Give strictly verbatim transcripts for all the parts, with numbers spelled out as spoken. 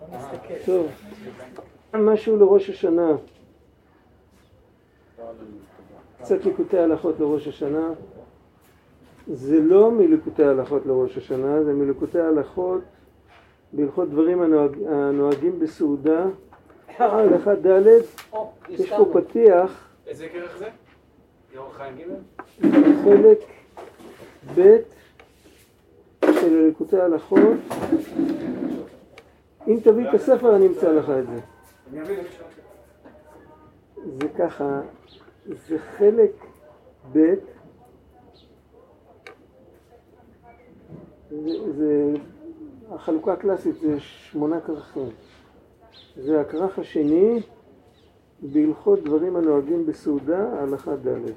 טוב, משהו לראש השנה. קצת ליקוטי הלכות לראש השנה. זה לא מליקוטי הלכות לראש השנה, זה מליקוטי הלכות בהלכות דברים הנוהג, הנוהגים בסעודה. הלכה ד', יש פה פתיח. איזה כרך זה? יאור חיים ג'? חלק ב' של ליקוטי הלכות. אם תביא את הספר אני אמצא לך את זה. זה ככה, זה חלק ב', זה, זה, החלוקה הקלאסית זה שמונה כרכים. זה הכרך השני בהלכות דברים הנוהגים בסעודה, הלכה ד'.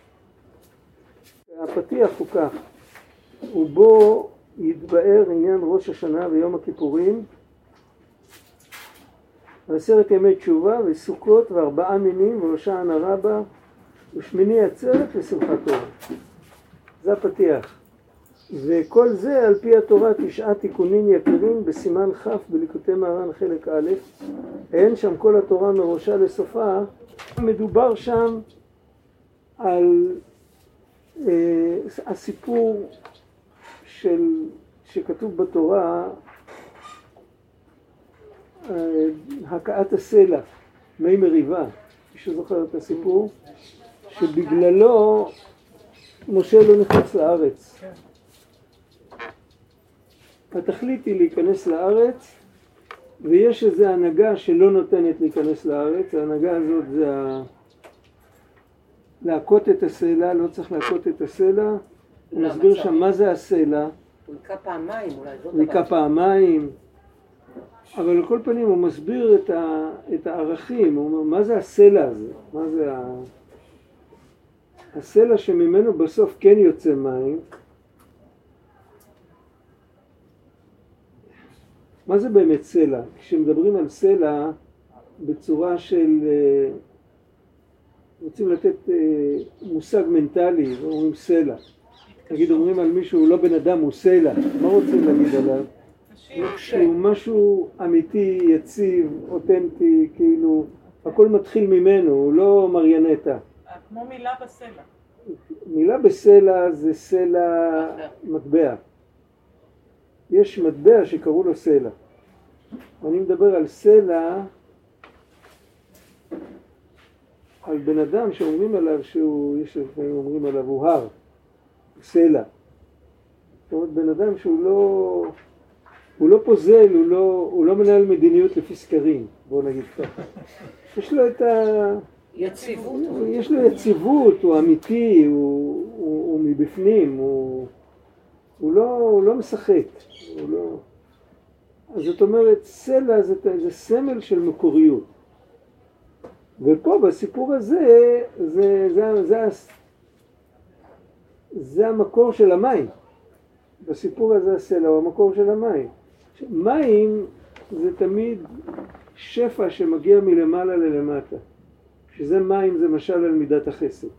הפתיח הוא כך, ובו יתבאר עניין ראש השנה ויום הכיפורים, ועשרת ימי תשובה וסוכות וארבעה מינים והושענא רבה ושמיני עצרת ושמחת תורה. זה הפתיח. וכל זה על פי התורה תשעה תיקונים יקרים בסימן כ' בליקוטי מהר"ן חלק א'. אין שם כל התורה מראשה לסופה. מדובר שם על אה, הסיפור של, שכתוב בתורה, אה, הקעת הסלע, מי מריבה. מישהו זוכר את הסיפור? שבגללו משה לא נכנס לארץ. התכלית היא להיכנס לארץ, ויש איזו הנהגה שלא נותנת להיכנס לארץ. ההנהגה הזאת זה ה... להכות את הסלע, לא צריך להכות את הסלע. הוא מסביר שם מה זה הסלע. הוא נקע פעמיים אולי. הוא נקע פעמיים. אבל על כל פנים הוא מסביר את, ה... את הערכים. הוא אומר, מה זה הסלע הזה? מה זה ה... הסלע שממנו בסוף כן יוצא מים. מה זה באמת סלע? כשמדברים על סלע בצורה של, רוצים לתת מושג מנטלי, אומרים סלע. נגיד אומרים על מישהו, הוא לא בן אדם, הוא סלע. מה רוצים להגיד עליו? שהוא משהו אמיתי, יציב, אותנטי, כאילו, הכל מתחיל ממנו, הוא לא מריונטה. כמו מילה בסלע. מילה בסלע זה סלע מטבע. יש מטבע שקראו לו סלע. אני מדבר על סלע, על בן אדם שאומרים עליו שהוא, יש לפעמים אומרים עליו הוא הר, סלע. זאת אומרת, בן אדם שהוא לא, הוא לא פוזל, הוא לא, הוא לא מנהל מדיניות לפי סקרים, בואו נגיד ככה. יש לו את ה... יציבות. יש לו יציבות, הוא אמיתי, הוא, הוא, הוא מבפנים, הוא... הוא לא, הוא לא משחק, הוא לא... אז זאת אומרת, סלע זה, זה סמל של מקוריות. ופה בסיפור הזה, זה, זה, זה, זה, זה המקור של המים. בסיפור הזה הסלע הוא המקור של המים. מים זה תמיד שפע שמגיע מלמעלה ללמטה. שזה מים זה משל על מידת החסד.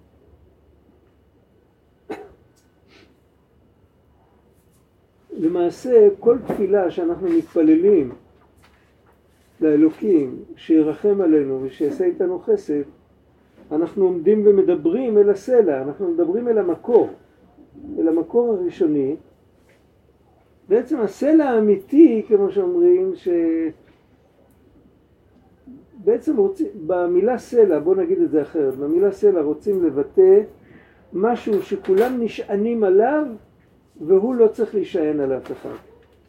למעשה כל תפילה שאנחנו מתפללים לאלוקים שירחם עלינו ושיעשה איתנו חסד, אנחנו עומדים ומדברים אל הסלע, אנחנו מדברים אל המקור, אל המקור הראשוני. בעצם הסלע האמיתי, כמו שאומרים, שבעצם רוצים, במילה סלע, בוא נגיד את זה אחרת, במילה סלע רוצים לבטא משהו שכולם נשענים עליו, והוא לא צריך להישען על אף אחד.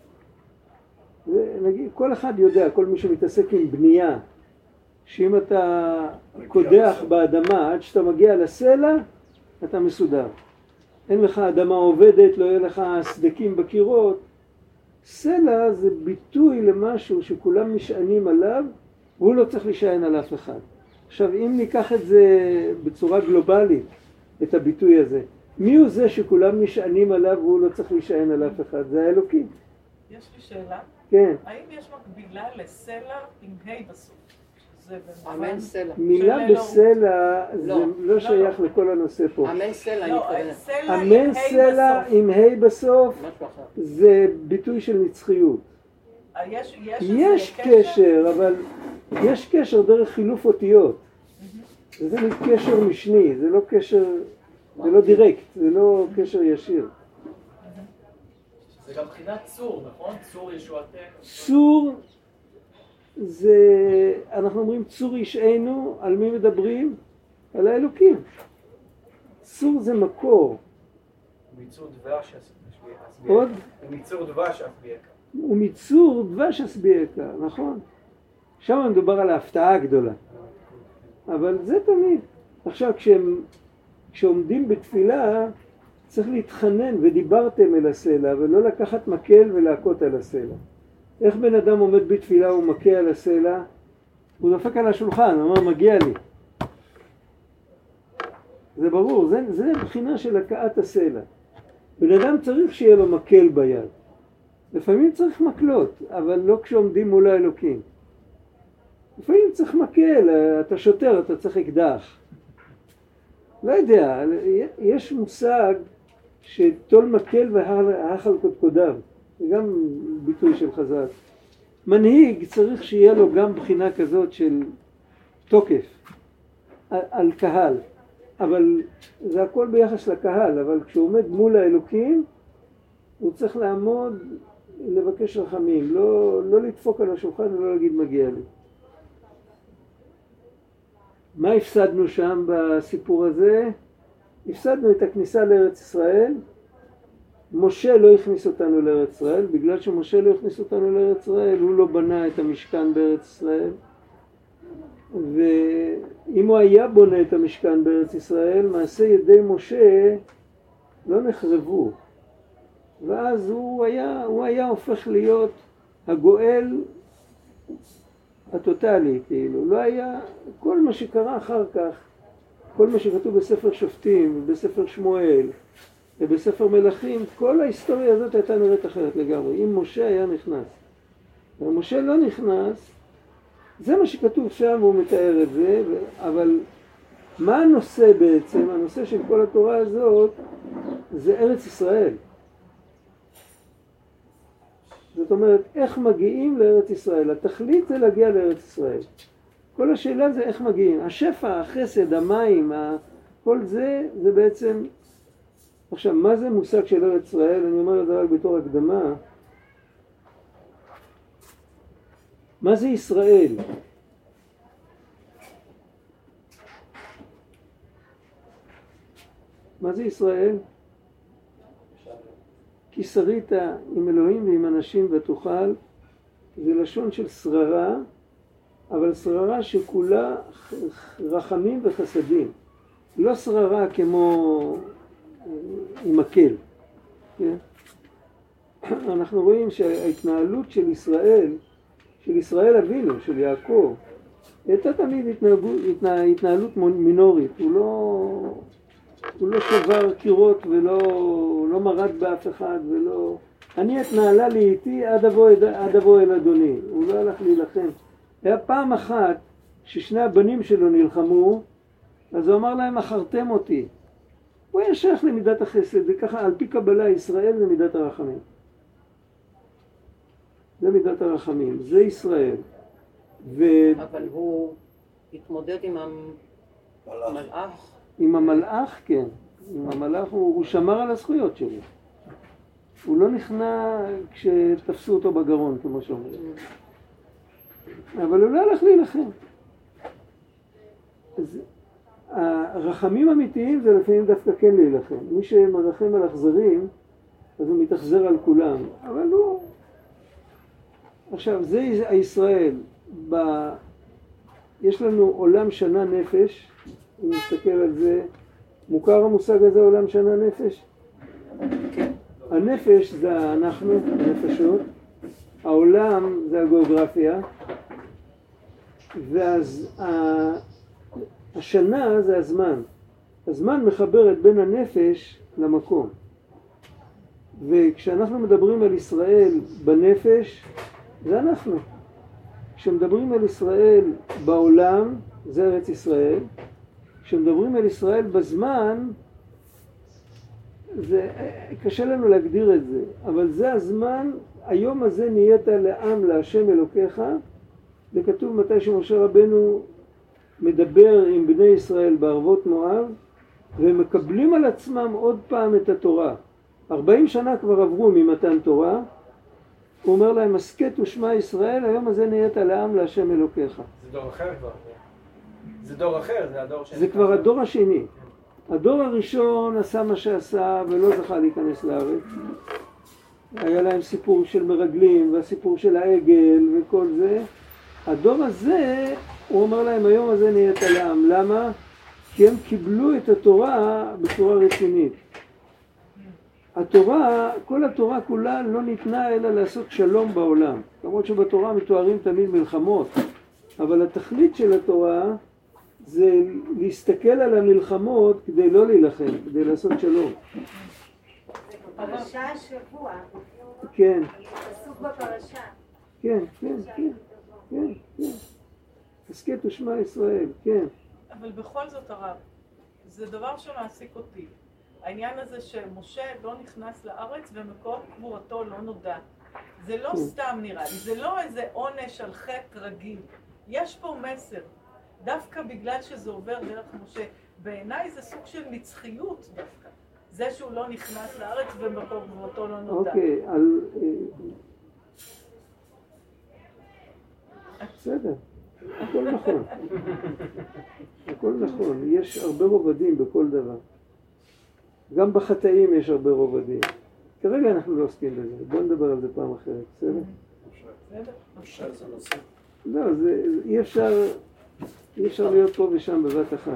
ונגיד, כל אחד יודע, כל מי שמתעסק עם בנייה, שאם אתה קודח באדמה עד שאתה מגיע לסלע, אתה מסודר. אין לך אדמה עובדת, לא יהיה לך סדקים בקירות. סלע זה ביטוי למשהו שכולם נשענים עליו, והוא לא צריך להישען על אף אחד. עכשיו, אם ניקח את זה בצורה גלובלית, את הביטוי הזה, מי הוא זה שכולם נשענים עליו והוא לא צריך להישען על אף אחד? זה האלוקים. יש לי שאלה. כן. האם יש מקבילה לסלע עם ה' בסוף? אמן סלע. מילה בסלע זה לא שייך לכל הנושא פה. אמן סלע, אני מתכוונת. אמן סלע עם ה' בסוף זה ביטוי של נצחיות. יש, יש, יש קשר, אבל יש קשר דרך חילוף אותיות. זה קשר משני, זה לא קשר, זה לא דירקט, זה לא קשר ישיר. זה גם בחינת צור, נכון? צור ישועתנו. צור זה, אנחנו אומרים צור ישענו, על מי מדברים? על האלוקים. צור זה מקור. ומיצור דבש אסביעקה. עוד? ומיצור דבש אסביעקה. ומיצור דבש אסביעקה, נכון. שם מדובר על ההפתעה הגדולה. אבל זה תמיד. עכשיו כשהם, כשעומדים בתפילה צריך להתחנן ודיברתם אל הסלע ולא לקחת מקל ולהכות על הסלע. איך בן אדם עומד בתפילה ומכה על הסלע? הוא דופק על השולחן, הוא אומר מגיע לי. זה ברור, זה, זה בחינה של הכאת הסלע. בן אדם צריך שיהיה לו מקל ביד. לפעמים צריך מקלות, אבל לא כשעומדים מול האלוקים. לפעמים צריך מקל, אתה שוטר, אתה צריך אקדח. לא יודע, יש מושג שתול מקל והאכל קודקודיו. זה גם ביטוי של חז"ל. מנהיג צריך שיהיה לו גם בחינה כזאת של תוקף על, על קהל. אבל זה הכל ביחס לקהל, אבל כשהוא עומד מול האלוקים, הוא צריך לעמוד, לבקש רחמים, לא, לא לדפוק על השולחן ולא להגיד מגיע לי. מה הפסדנו שם בסיפור הזה? הפסדנו את הכניסה לארץ ישראל. משה לא הכניס אותנו לארץ ישראל, בגלל שמשה לא הכניס אותנו לארץ ישראל, הוא לא בנה את המשכן בארץ ישראל. ואם הוא היה בונה את המשכן בארץ ישראל, מעשה ידי משה לא נחרבו. ואז הוא היה, הוא היה הופך להיות הגואל הטוטלי, כאילו. לא היה, כל מה שקרה אחר כך, כל מה שכתוב בספר שופטים, בספר שמואל, ובספר מלכים, כל ההיסטוריה הזאת הייתה נראית אחרת לגמרי. אם משה היה נכנס. ומשה לא נכנס, זה מה שכתוב שם, הוא מתאר את זה, אבל מה הנושא בעצם? הנושא של כל התורה הזאת זה ארץ ישראל. זאת אומרת, איך מגיעים לארץ ישראל? התכלית זה להגיע לארץ ישראל. כל השאלה זה איך מגיעים. השפע, החסד, המים, כל זה, זה בעצם... עכשיו, מה זה מושג של ארץ ישראל? אני אומר את זה רק בתור הקדמה. מה זה ישראל? מה זה ישראל? כי שרית עם אלוהים ועם אנשים ותוכל, זה לשון של שררה, אבל שררה שכולה רחמים וחסדים. לא שררה כמו עם מקל. כן? אנחנו רואים שההתנהלות של ישראל, של ישראל אבינו, של יעקב, הייתה תמיד התנהלות, התנהלות מינורית. הוא לא, הוא לא שבר קירות ולא לא מרד באף אחד ולא... אני התנהלה לי איתי עד אבוא, עד אבוא אל אדוני. הוא לא הלך להילחם. היה פעם אחת ששני הבנים שלו נלחמו, אז הוא אמר להם, אחרתם אותי. הוא היה שייך למידת החסד, וככה על פי קבלה ישראל זה מידת הרחמים. זה מידת הרחמים, זה ישראל. ו... אבל הוא התמודד עם המלאך. עם המלאך, כן. עם המלאך הוא, הוא שמר על הזכויות שלו. הוא לא נכנע כשתפסו אותו בגרון, כמו שאומרים. אבל הוא לא הלך להילחם. אז הרחמים אמיתיים זה לפעמים דווקא כן להילחם. מי שמרחם על אכזרים, אז הוא מתאכזר על כולם. אבל הוא... עכשיו, זה הישראל. ב... יש לנו עולם שנה נפש. אם נסתכל על זה, מוכר המושג הזה עולם שנה נפש? כן. הנפש זה אנחנו, הנפשות. העולם זה הגיאוגרפיה. ואז ה... השנה זה הזמן. הזמן מחבר את בין הנפש למקום. וכשאנחנו מדברים על ישראל בנפש, זה אנחנו. כשמדברים על ישראל בעולם, זה ארץ ישראל. כשמדברים על ישראל בזמן, זה קשה לנו להגדיר את זה. אבל זה הזמן, היום הזה נהיית לעם להשם אלוקיך, זה כתוב מתי שמשה רבנו מדבר עם בני ישראל בערבות מואב, והם מקבלים על עצמם עוד פעם את התורה. ארבעים שנה כבר עברו ממתן תורה, הוא אומר להם, הסכת ושמע ישראל, היום הזה נהיית לעם להשם אלוקיך. זה דור אחר כבר. זה דור אחר, זה הדור שני. זה כבר הדור השני. הדור הראשון עשה מה שעשה ולא זכה להיכנס לארץ. היה להם סיפור של מרגלים והסיפור של העגל וכל זה. הדור הזה, הוא אומר להם, היום הזה נהיית לעם. למה? כי הם קיבלו את התורה בצורה רצינית. התורה, כל התורה כולה לא ניתנה אלא לעשות שלום בעולם. למרות שבתורה מתוארים תמיד מלחמות. אבל התכלית של התורה זה להסתכל על המלחמות כדי לא להילחם, כדי לעשות שלום. פרשה השבוע. כן. פסוק בפרשה. כן, כן, כן, כן, כן. הסכת ושמע ישראל, כן. אבל בכל זאת הרב, זה דבר שמעסיק אותי. העניין הזה שמשה לא נכנס לארץ ומקום קבורתו לא נודע. זה לא סתם נראה לי, זה לא איזה עונש על חטא רגיל. יש פה מסר. דווקא בגלל שזה עובר דרך משה, בעיניי זה סוג של נצחיות דווקא. זה שהוא לא נכנס לארץ ומקום קבורתו לא נודע. אוקיי, על... בסדר, הכל נכון. הכל נכון, יש הרבה רובדים בכל דבר. גם בחטאים יש הרבה רובדים. כרגע אנחנו לא עוסקים בזה, בואו נדבר על זה פעם אחרת, בסדר? בסדר? לא, זה אי אפשר, אי אפשר להיות פה ושם בבת אחת.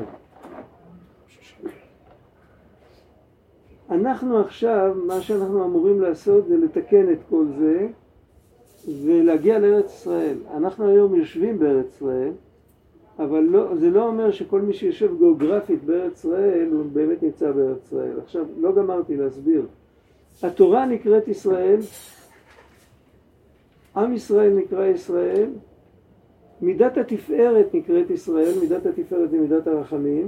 אנחנו עכשיו, מה שאנחנו אמורים לעשות זה לתקן את כל זה ולהגיע לארץ ישראל. אנחנו היום יושבים בארץ ישראל, אבל לא, זה לא אומר שכל מי שיושב גיאוגרפית בארץ ישראל הוא באמת נמצא בארץ ישראל. עכשיו, לא גמרתי להסביר. התורה נקראת ישראל, עם ישראל נקרא ישראל, מידת התפארת נקראת ישראל, מידת התפארת זה מידת הרחמים,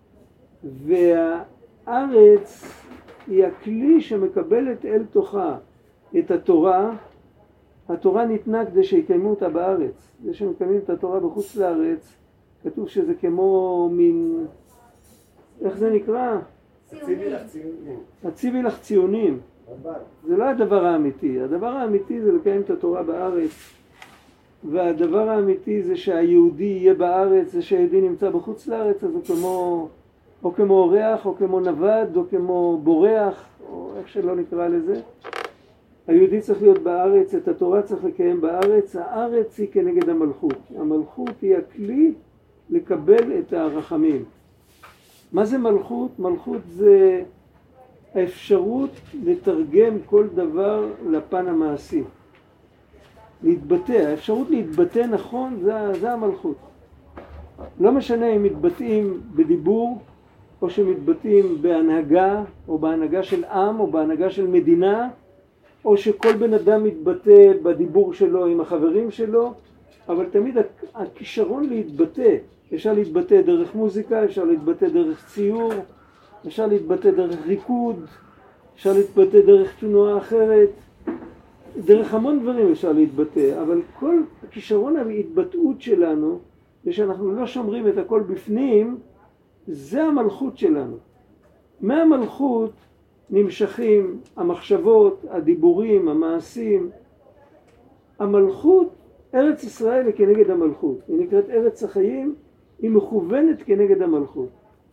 והארץ היא הכלי שמקבלת אל תוכה את התורה. התורה ניתנה כדי שיקיימו אותה בארץ. זה שמקיימים את התורה בחוץ לארץ, כתוב שזה כמו מין, איך זה נקרא? ציונים. הציבי לך ציונים. זה לא הדבר האמיתי. הדבר האמיתי זה לקיים את התורה בארץ. והדבר האמיתי זה שהיהודי יהיה בארץ, זה שהיהודי נמצא בחוץ לארץ, אז הוא כמו, או כמו אורח, או כמו נווד, או כמו בורח, או איך שלא נקרא לזה. היהודי צריך להיות בארץ, את התורה צריך לקיים בארץ, הארץ היא כנגד המלכות. המלכות היא הכלי לקבל את הרחמים. מה זה מלכות? מלכות זה האפשרות לתרגם כל דבר לפן המעשי. להתבטא, האפשרות להתבטא נכון זה, זה המלכות. לא משנה אם מתבטאים בדיבור, או שמתבטאים בהנהגה, או בהנהגה של עם, או בהנהגה של מדינה, או שכל בן אדם מתבטא בדיבור שלו עם החברים שלו, אבל תמיד הכישרון להתבטא, אפשר להתבטא דרך מוזיקה, אפשר להתבטא דרך ציור, אפשר להתבטא דרך ריקוד, אפשר להתבטא דרך תנועה אחרת, דרך המון דברים אפשר להתבטא, אבל כל הכישרון ההתבטאות שלנו, ושאנחנו לא שומרים את הכל בפנים, זה המלכות שלנו. מהמלכות נמשכים המחשבות, הדיבורים, המעשים. המלכות, ארץ ישראל היא כנגד המלכות. היא נקראת ארץ החיים, היא מכוונת כנגד המלכות.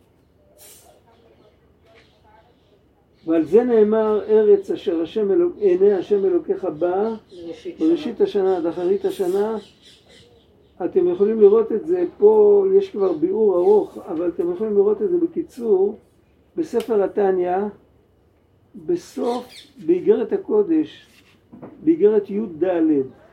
ועל זה נאמר ארץ אשר השם אלוק, עיני השם אלוקיך בא, בראשית השנה עד אחרית השנה. אתם יכולים לראות את זה, פה יש כבר ביאור ארוך, אבל אתם יכולים לראות את זה בקיצור, בספר התניא, בסוף, באיגרת הקודש, באיגרת י' ד',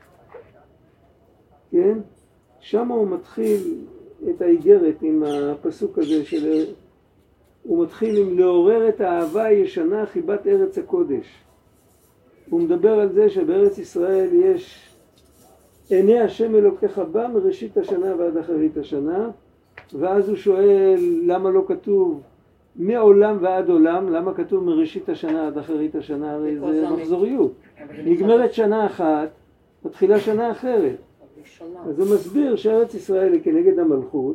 כן? שם הוא מתחיל את האיגרת עם הפסוק הזה של... הוא מתחיל עם לעורר את האהבה הישנה חיבת ארץ הקודש. הוא מדבר על זה שבארץ ישראל יש עיני השם אלוקיך בא מראשית השנה ועד אחרית השנה, ואז הוא שואל למה לא כתוב מעולם ועד עולם, למה כתוב מראשית השנה עד אחרית השנה, הרי זה מחזוריות. נגמרת שנה אחת, מתחילה שנה אחרת. ראשונה. אז הוא מסביר שארץ ישראל היא כנגד המלכות,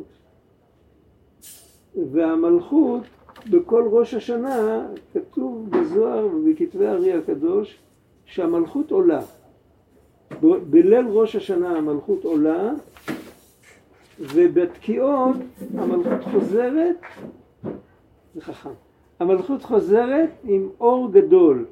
והמלכות בכל ראש השנה כתוב בזוהר ובכתבי הארי הקדוש שהמלכות עולה. ב- בליל ראש השנה המלכות עולה, ובתקיעות המלכות חוזרת, זה חכם, המלכות חוזרת עם אור גדול,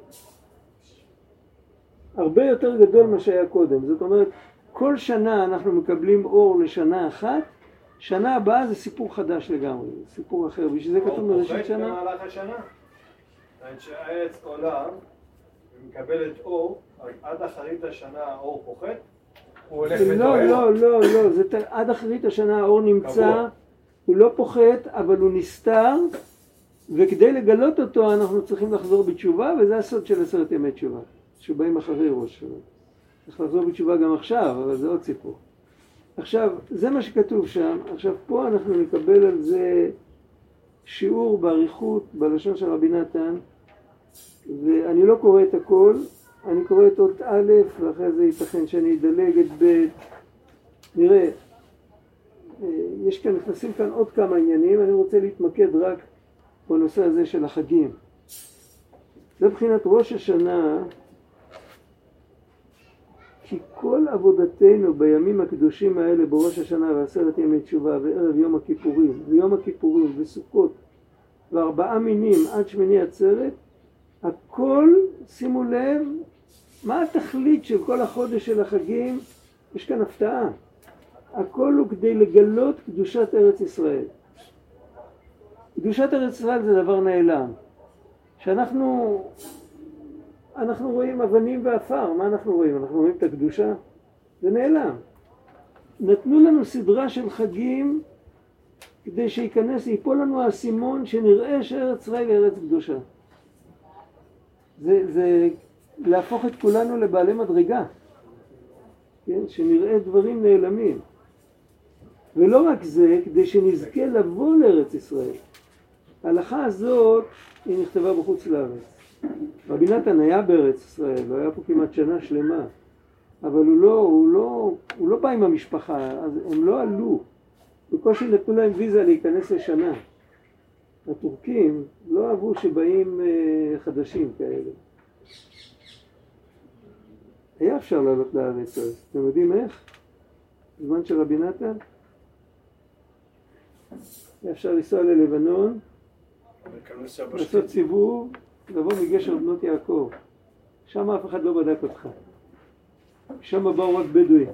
הרבה יותר גדול מה שהיה קודם. זאת אומרת, כל שנה אנחנו מקבלים אור לשנה אחת, שנה הבאה זה סיפור חדש לגמרי, סיפור אחר, בשביל זה כתוב מראשית שנה. אור פוחת במהלך השנה. שהארץ עולה ומקבלת אור, עד אחרית השנה האור פוחת, הוא הולך לא, ודועך. לא, לא, לא, זה ת- עד אחרית השנה האור נמצא, קבוע. הוא לא פוחת, אבל הוא נסתר, וכדי לגלות אותו אנחנו צריכים לחזור בתשובה, וזה הסוד של עשרת ימי תשובה, שבאים אחרי ראש השנה. צריך לחזור בתשובה גם עכשיו, אבל זה עוד סיפור. עכשיו, זה מה שכתוב שם. עכשיו, פה אנחנו נקבל על זה שיעור בעריכות, בלשון של רבי נתן, ואני לא קורא את הכל, אני קורא את אות א', ואחרי זה ייתכן שאני אדלג את ב'. נראה, יש כאן, נכנסים כאן עוד כמה עניינים, אני רוצה להתמקד רק בנושא הזה של החגים. זה מבחינת ראש השנה, כי כל עבודתנו בימים הקדושים האלה בראש השנה ועשרת ימי תשובה וערב יום הכיפורים ויום הכיפורים וסוכות וארבעה מינים עד שמיני עצרת, הכל, שימו לב, מה התכלית של כל החודש של החגים? יש כאן הפתעה. הכל הוא כדי לגלות קדושת ארץ ישראל. קדושת ארץ ישראל זה דבר נעלם. שאנחנו אנחנו רואים אבנים ואפר, מה אנחנו רואים? אנחנו רואים את הקדושה? זה נעלם. נתנו לנו סדרה של חגים כדי שיכנס, ייפול לנו האסימון שנראה שארץ ישראל היא ארץ קדושה. זה, זה להפוך את כולנו לבעלי מדרגה, כן? שנראה דברים נעלמים. ולא רק זה, כדי שנזכה לבוא לארץ ישראל. ההלכה הזאת היא נכתבה בחוץ לארץ. רבי נתן היה בארץ ישראל, הוא היה פה כמעט שנה שלמה, אבל הוא לא, הוא לא, הוא לא בא עם המשפחה, אז הם לא עלו. בקושי נתנו להם ויזה להיכנס לשנה. הטורקים לא אהבו שבאים אה, חדשים כאלה. היה אפשר לעלות לארץ, אז אתם יודעים איך? בזמן של רבי נתן? היה אפשר לנסוע ללבנון, לעשות סיבוב, לבוא מגשר בנות יעקב. שם אף אחד לא בדק אותך. שם באו רק בדואים.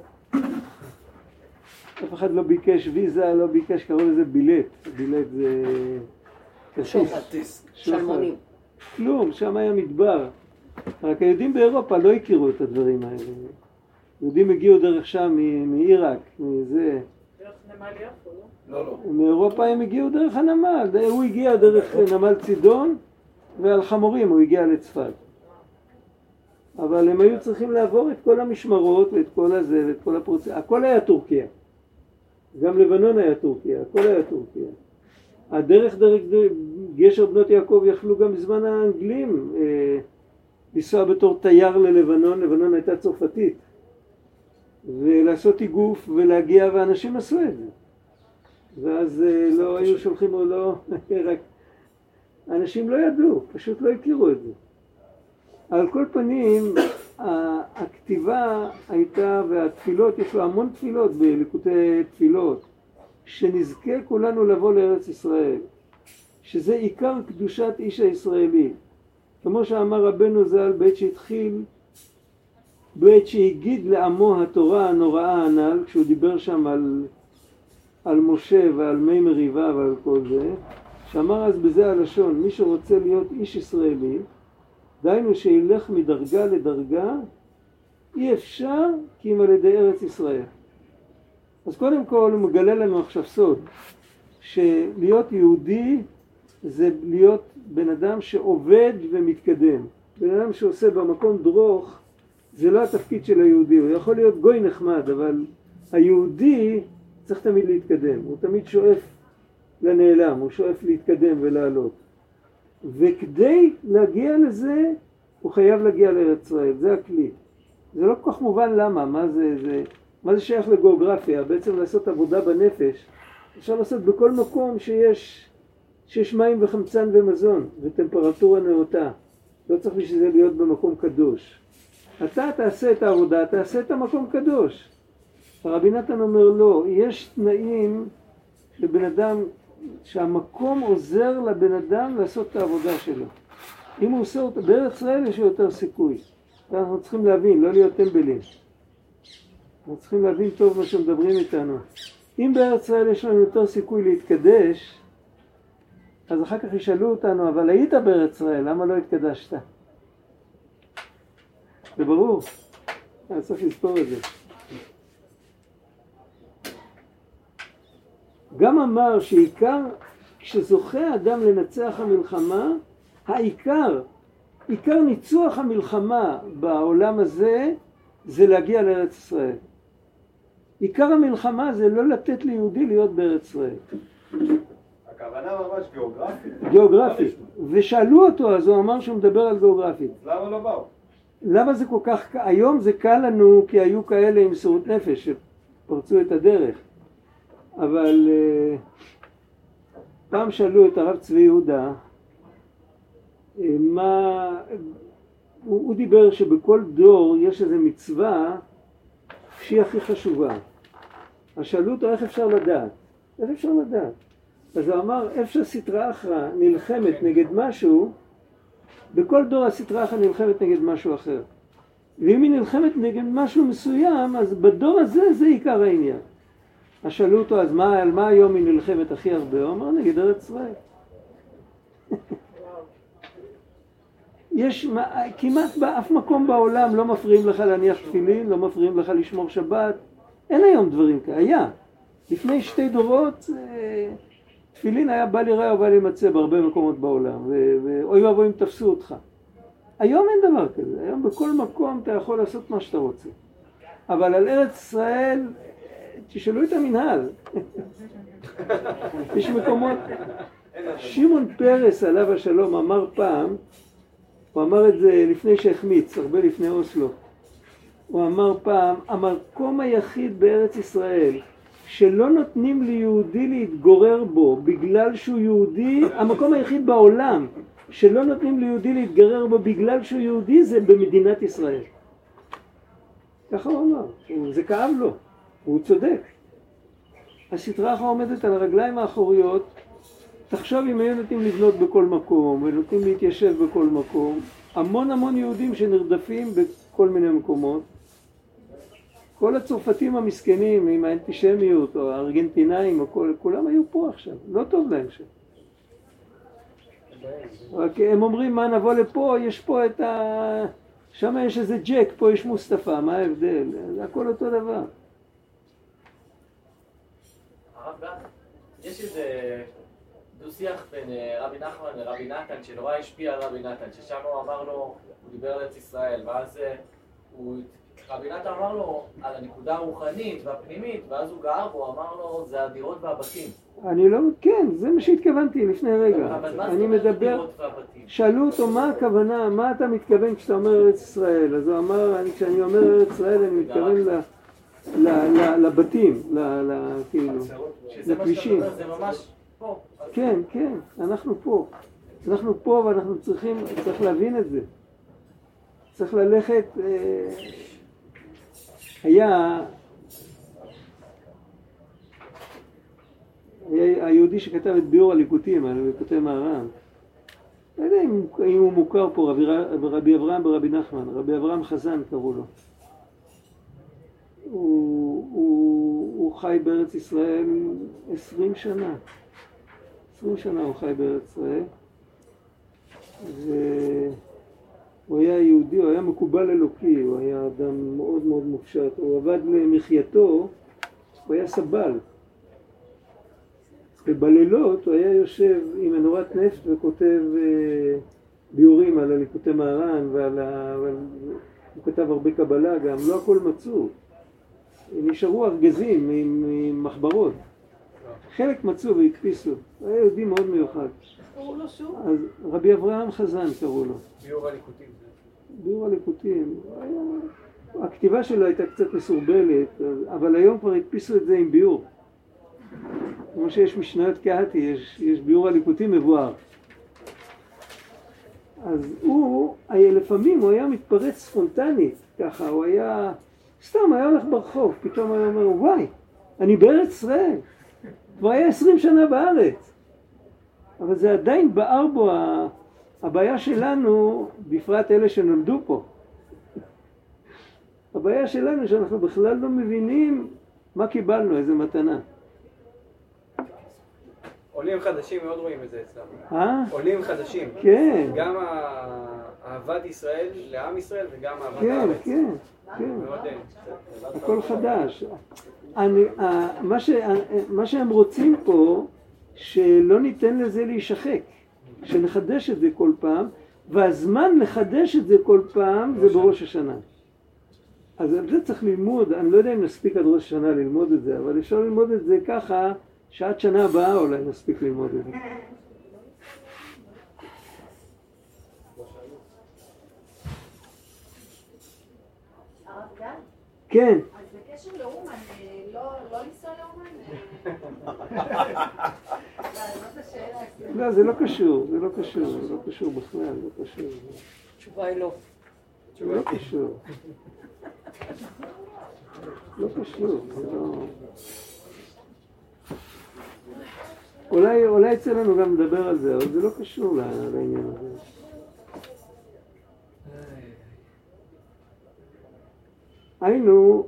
אף אחד לא ביקש ויזה, לא ביקש, קראו לזה בילט. בילט זה... שוחד. שלמונים. כלום, שם היה מדבר. רק היהודים באירופה לא הכירו את הדברים האלה. יהודים הגיעו דרך שם, מעיראק, מזה. דרך נמל יפו, לא? לא, לא. מאירופה הם הגיעו דרך הנמל. הוא הגיע דרך נמל צידון, ועל חמורים הוא הגיע לצפת. אבל הם היו צריכים לעבור את כל המשמרות ואת כל הזה ואת כל הפרוצה. הכל היה טורקיה. גם לבנון היה טורקיה, הכל היה טורקיה. הדרך דרך גשר בנות יעקב יכלו גם בזמן האנגלים אה, לנסוע בתור תייר ללבנון, לבנון הייתה צרפתית, ולעשות איגוף ולהגיע, ואנשים עשו את זה. ואז אה, לא היו שולחים או לא, רק אנשים לא ידעו, פשוט לא הכירו את זה. על כל פנים, הכתיבה הייתה, והתפילות, יש לו המון תפילות בליקוטי תפילות, שנזכה כולנו לבוא לארץ ישראל, שזה עיקר קדושת איש הישראלי. כמו שאמר רבנו ז"ל בעת שהתחיל, בעת שהגיד לעמו התורה הנוראה הנ"ל, כשהוא דיבר שם על, על משה ועל מי מריבה ועל כל זה, שאמר אז בזה הלשון, מי שרוצה להיות איש ישראלי, דיינו שילך מדרגה לדרגה, אי אפשר כי אם על ידי ארץ ישראל. אז קודם כל הוא מגלה לנו עכשיו סוד, שלהיות יהודי זה להיות בן אדם שעובד ומתקדם. בן אדם שעושה במקום דרוך, זה לא התפקיד של היהודי, הוא יכול להיות גוי נחמד, אבל היהודי צריך תמיד להתקדם, הוא תמיד שואף לנעלם, הוא שואף להתקדם ולעלות. וכדי להגיע לזה, הוא חייב להגיע לארץ ישראל, זה הכלי. זה לא כל כך מובן למה, מה זה, זה, מה זה שייך לגיאוגרפיה, בעצם לעשות עבודה בנפש. אפשר לעשות בכל מקום שיש, שיש מים וחמצן ומזון וטמפרטורה נאותה. לא צריך בשביל זה להיות במקום קדוש. אתה תעשה את העבודה, תעשה את המקום קדוש. הרבי נתן אומר לא, יש תנאים לבן אדם, שהמקום עוזר לבן אדם לעשות את העבודה שלו. אם הוא עושה אותה, בארץ ישראל יש יותר סיכוי. אנחנו צריכים להבין, לא להיות טמבלים. אנחנו צריכים להבין טוב מה שמדברים איתנו. אם בארץ ישראל יש לנו יותר סיכוי להתקדש, אז אחר כך ישאלו אותנו, אבל היית בארץ ישראל, למה לא התקדשת? זה ברור. אני צריך לזכור את זה. גם אמר שעיקר, כשזוכה אדם לנצח המלחמה, העיקר, עיקר ניצוח המלחמה בעולם הזה, זה להגיע לארץ ישראל. עיקר המלחמה זה לא לתת ליהודי להיות בארץ ישראל. הכוונה ממש גיאוגרפית. גיאוגרפית. ושאלו אותו, אז הוא אמר שהוא מדבר על גיאוגרפית. למה לא באו? למה זה כל כך, היום זה קל לנו כי היו כאלה עם מסירות נפש שפרצו את הדרך. אבל פעם שאלו את הרב צבי יהודה, מה, הוא, הוא דיבר שבכל דור יש איזו מצווה שהיא הכי חשובה. אז שאלו אותו איך אפשר לדעת? איך אפשר לדעת? אז הוא אמר, איפה שהסטרא אחרא נלחמת נגד משהו, בכל דור הסטרא אחרא נלחמת נגד משהו אחר. ואם היא נלחמת נגד משהו מסוים, אז בדור הזה זה עיקר העניין. אז שאלו אותו, אז מה, על מה היום היא נלחמת הכי הרבה? הוא אמר, נגד ארץ ישראל. יש כמעט באף מקום בעולם לא מפריעים לך להניח תפילין, לא מפריעים לך לשמור שבת. אין היום דברים כאלה. היה. לפני שתי דורות, תפילין היה בא להיראה או בא להימצא בהרבה מקומות בעולם. ואוי ואבוי אם תפסו אותך. היום אין דבר כזה. היום בכל מקום אתה יכול לעשות מה שאתה רוצה. אבל על ארץ ישראל, תשאלו את המנהל. יש מקומות. שמעון פרס עליו השלום אמר פעם, הוא אמר את זה לפני שהחמיץ, הרבה לפני אוסלו. הוא אמר פעם, המקום היחיד בארץ ישראל שלא נותנים ליהודי להתגורר בו בגלל שהוא יהודי, המקום היחיד בעולם שלא נותנים ליהודי להתגורר בו בגלל שהוא יהודי זה במדינת ישראל. ככה הוא אמר, זה כאב לו, הוא צודק. הסטרא אחרא עומדת על הרגליים האחוריות, תחשוב אם היו נותנים לבנות בכל מקום ונותנים להתיישב בכל מקום, המון המון יהודים שנרדפים בכל מיני מקומות, כל הצרפתים המסכנים עם האנטישמיות או הארגנטינאים, הכל, כולם היו פה עכשיו, לא טוב להם שם. רק הם אומרים מה נבוא לפה, יש פה את ה... שם יש איזה ג'ק, פה יש מוסטפא, מה ההבדל? זה הכל אותו דבר. הרב גד, יש איזה דו-שיח בין רבי נחמן לרבי נתן שנורא השפיע על רבי נתן, ששם הוא אמר לו, הוא דיבר על ארץ ישראל, ואז הוא, רבי נתן אמר לו על הנקודה הרוחנית והפנימית, ואז הוא גאר בו, אמר לו, זה הדירות והבתים. אני לא, כן, זה מה שהתכוונתי לפני רגע. אבל מה אני מדבר, שאלו אותו מה הכוונה, מה אתה מתכוון כשאתה אומר ארץ ישראל? אז הוא אמר, אני, כשאני אומר ארץ ישראל, אני מתכוון ל... ל, ל, לבתים, ל, ל, כאילו, לכבישים. זה ממש פה. כן, כן, אנחנו פה. אנחנו פה ואנחנו צריכים, צריך להבין את זה. צריך ללכת, אה, היה, היה היהודי שכתב את ביאור הליקוטים, הליקוטי מהר"ן. לא יודע אם, אם הוא מוכר פה, רבי, רבי אברהם ברבי נחמן, רבי אברהם חזן קראו לו. הוא, הוא, הוא חי בארץ ישראל עשרים שנה. עשרים שנה הוא חי בארץ ישראל. והוא היה יהודי, הוא היה מקובל אלוקי, הוא היה אדם מאוד מאוד מופשט. הוא עבד למחייתו, הוא היה סבל. ובלילות הוא היה יושב עם מנורת נפט וכותב ביורים על הליקוטי מהר"ן, ועל ה... הוא כתב הרבה קבלה גם, לא הכל מצאו. נשארו ארגזים עם, עם מחברות. חלק מצאו והקפיסו. הוא היה יהודי מאוד מיוחד. קראו לו שוב? אז רבי אברהם חזן קראו לו. ביאור הליקוטים. ביור הליקוטים, היה... הכתיבה שלו הייתה קצת מסורבלת, אבל היום כבר הדפיסו את זה עם ביור. כמו שיש משניות קהתי, יש, יש ביור הליקוטים מבואר. אז הוא, היה, לפעמים הוא היה מתפרץ ספונטנית, ככה, הוא היה, סתם היה הולך ברחוב, פתאום היה אומר, וואי, אני בארץ ישראל, כבר היה עשרים שנה בארץ. אבל זה עדיין בער בו, הבעיה שלנו, בפרט אלה שנולדו פה, הבעיה שלנו שאנחנו בכלל לא מבינים מה קיבלנו, איזה מתנה. עולים חדשים מאוד רואים את זה אצלנו. אה? עולים חדשים. כן. גם אהבת ישראל לעם ישראל וגם אהבת כן, הארץ. כן, כן. מאוד, הכל חדש. אני, מה, ש, מה שהם רוצים פה, שלא ניתן לזה להישחק, שנחדש את זה כל פעם, והזמן לחדש את זה כל פעם זה בראש השנה. אז על זה צריך ללמוד, אני לא יודע אם נספיק עד ראש השנה ללמוד את זה, אבל אפשר ללמוד את זה ככה, שעד שנה הבאה אולי נספיק ללמוד את זה. הרב גל? כן. אז בקשר לאומן, לא לנסוע לאומן? לא, זה לא קשור, זה לא קשור, זה לא קשור בכלל, לא קשור. התשובה היא לא. זה לא קשור. לא קשור, זה לא... אולי, אולי יצא לנו גם לדבר על זה, אבל זה לא קשור לעניין הזה. היינו,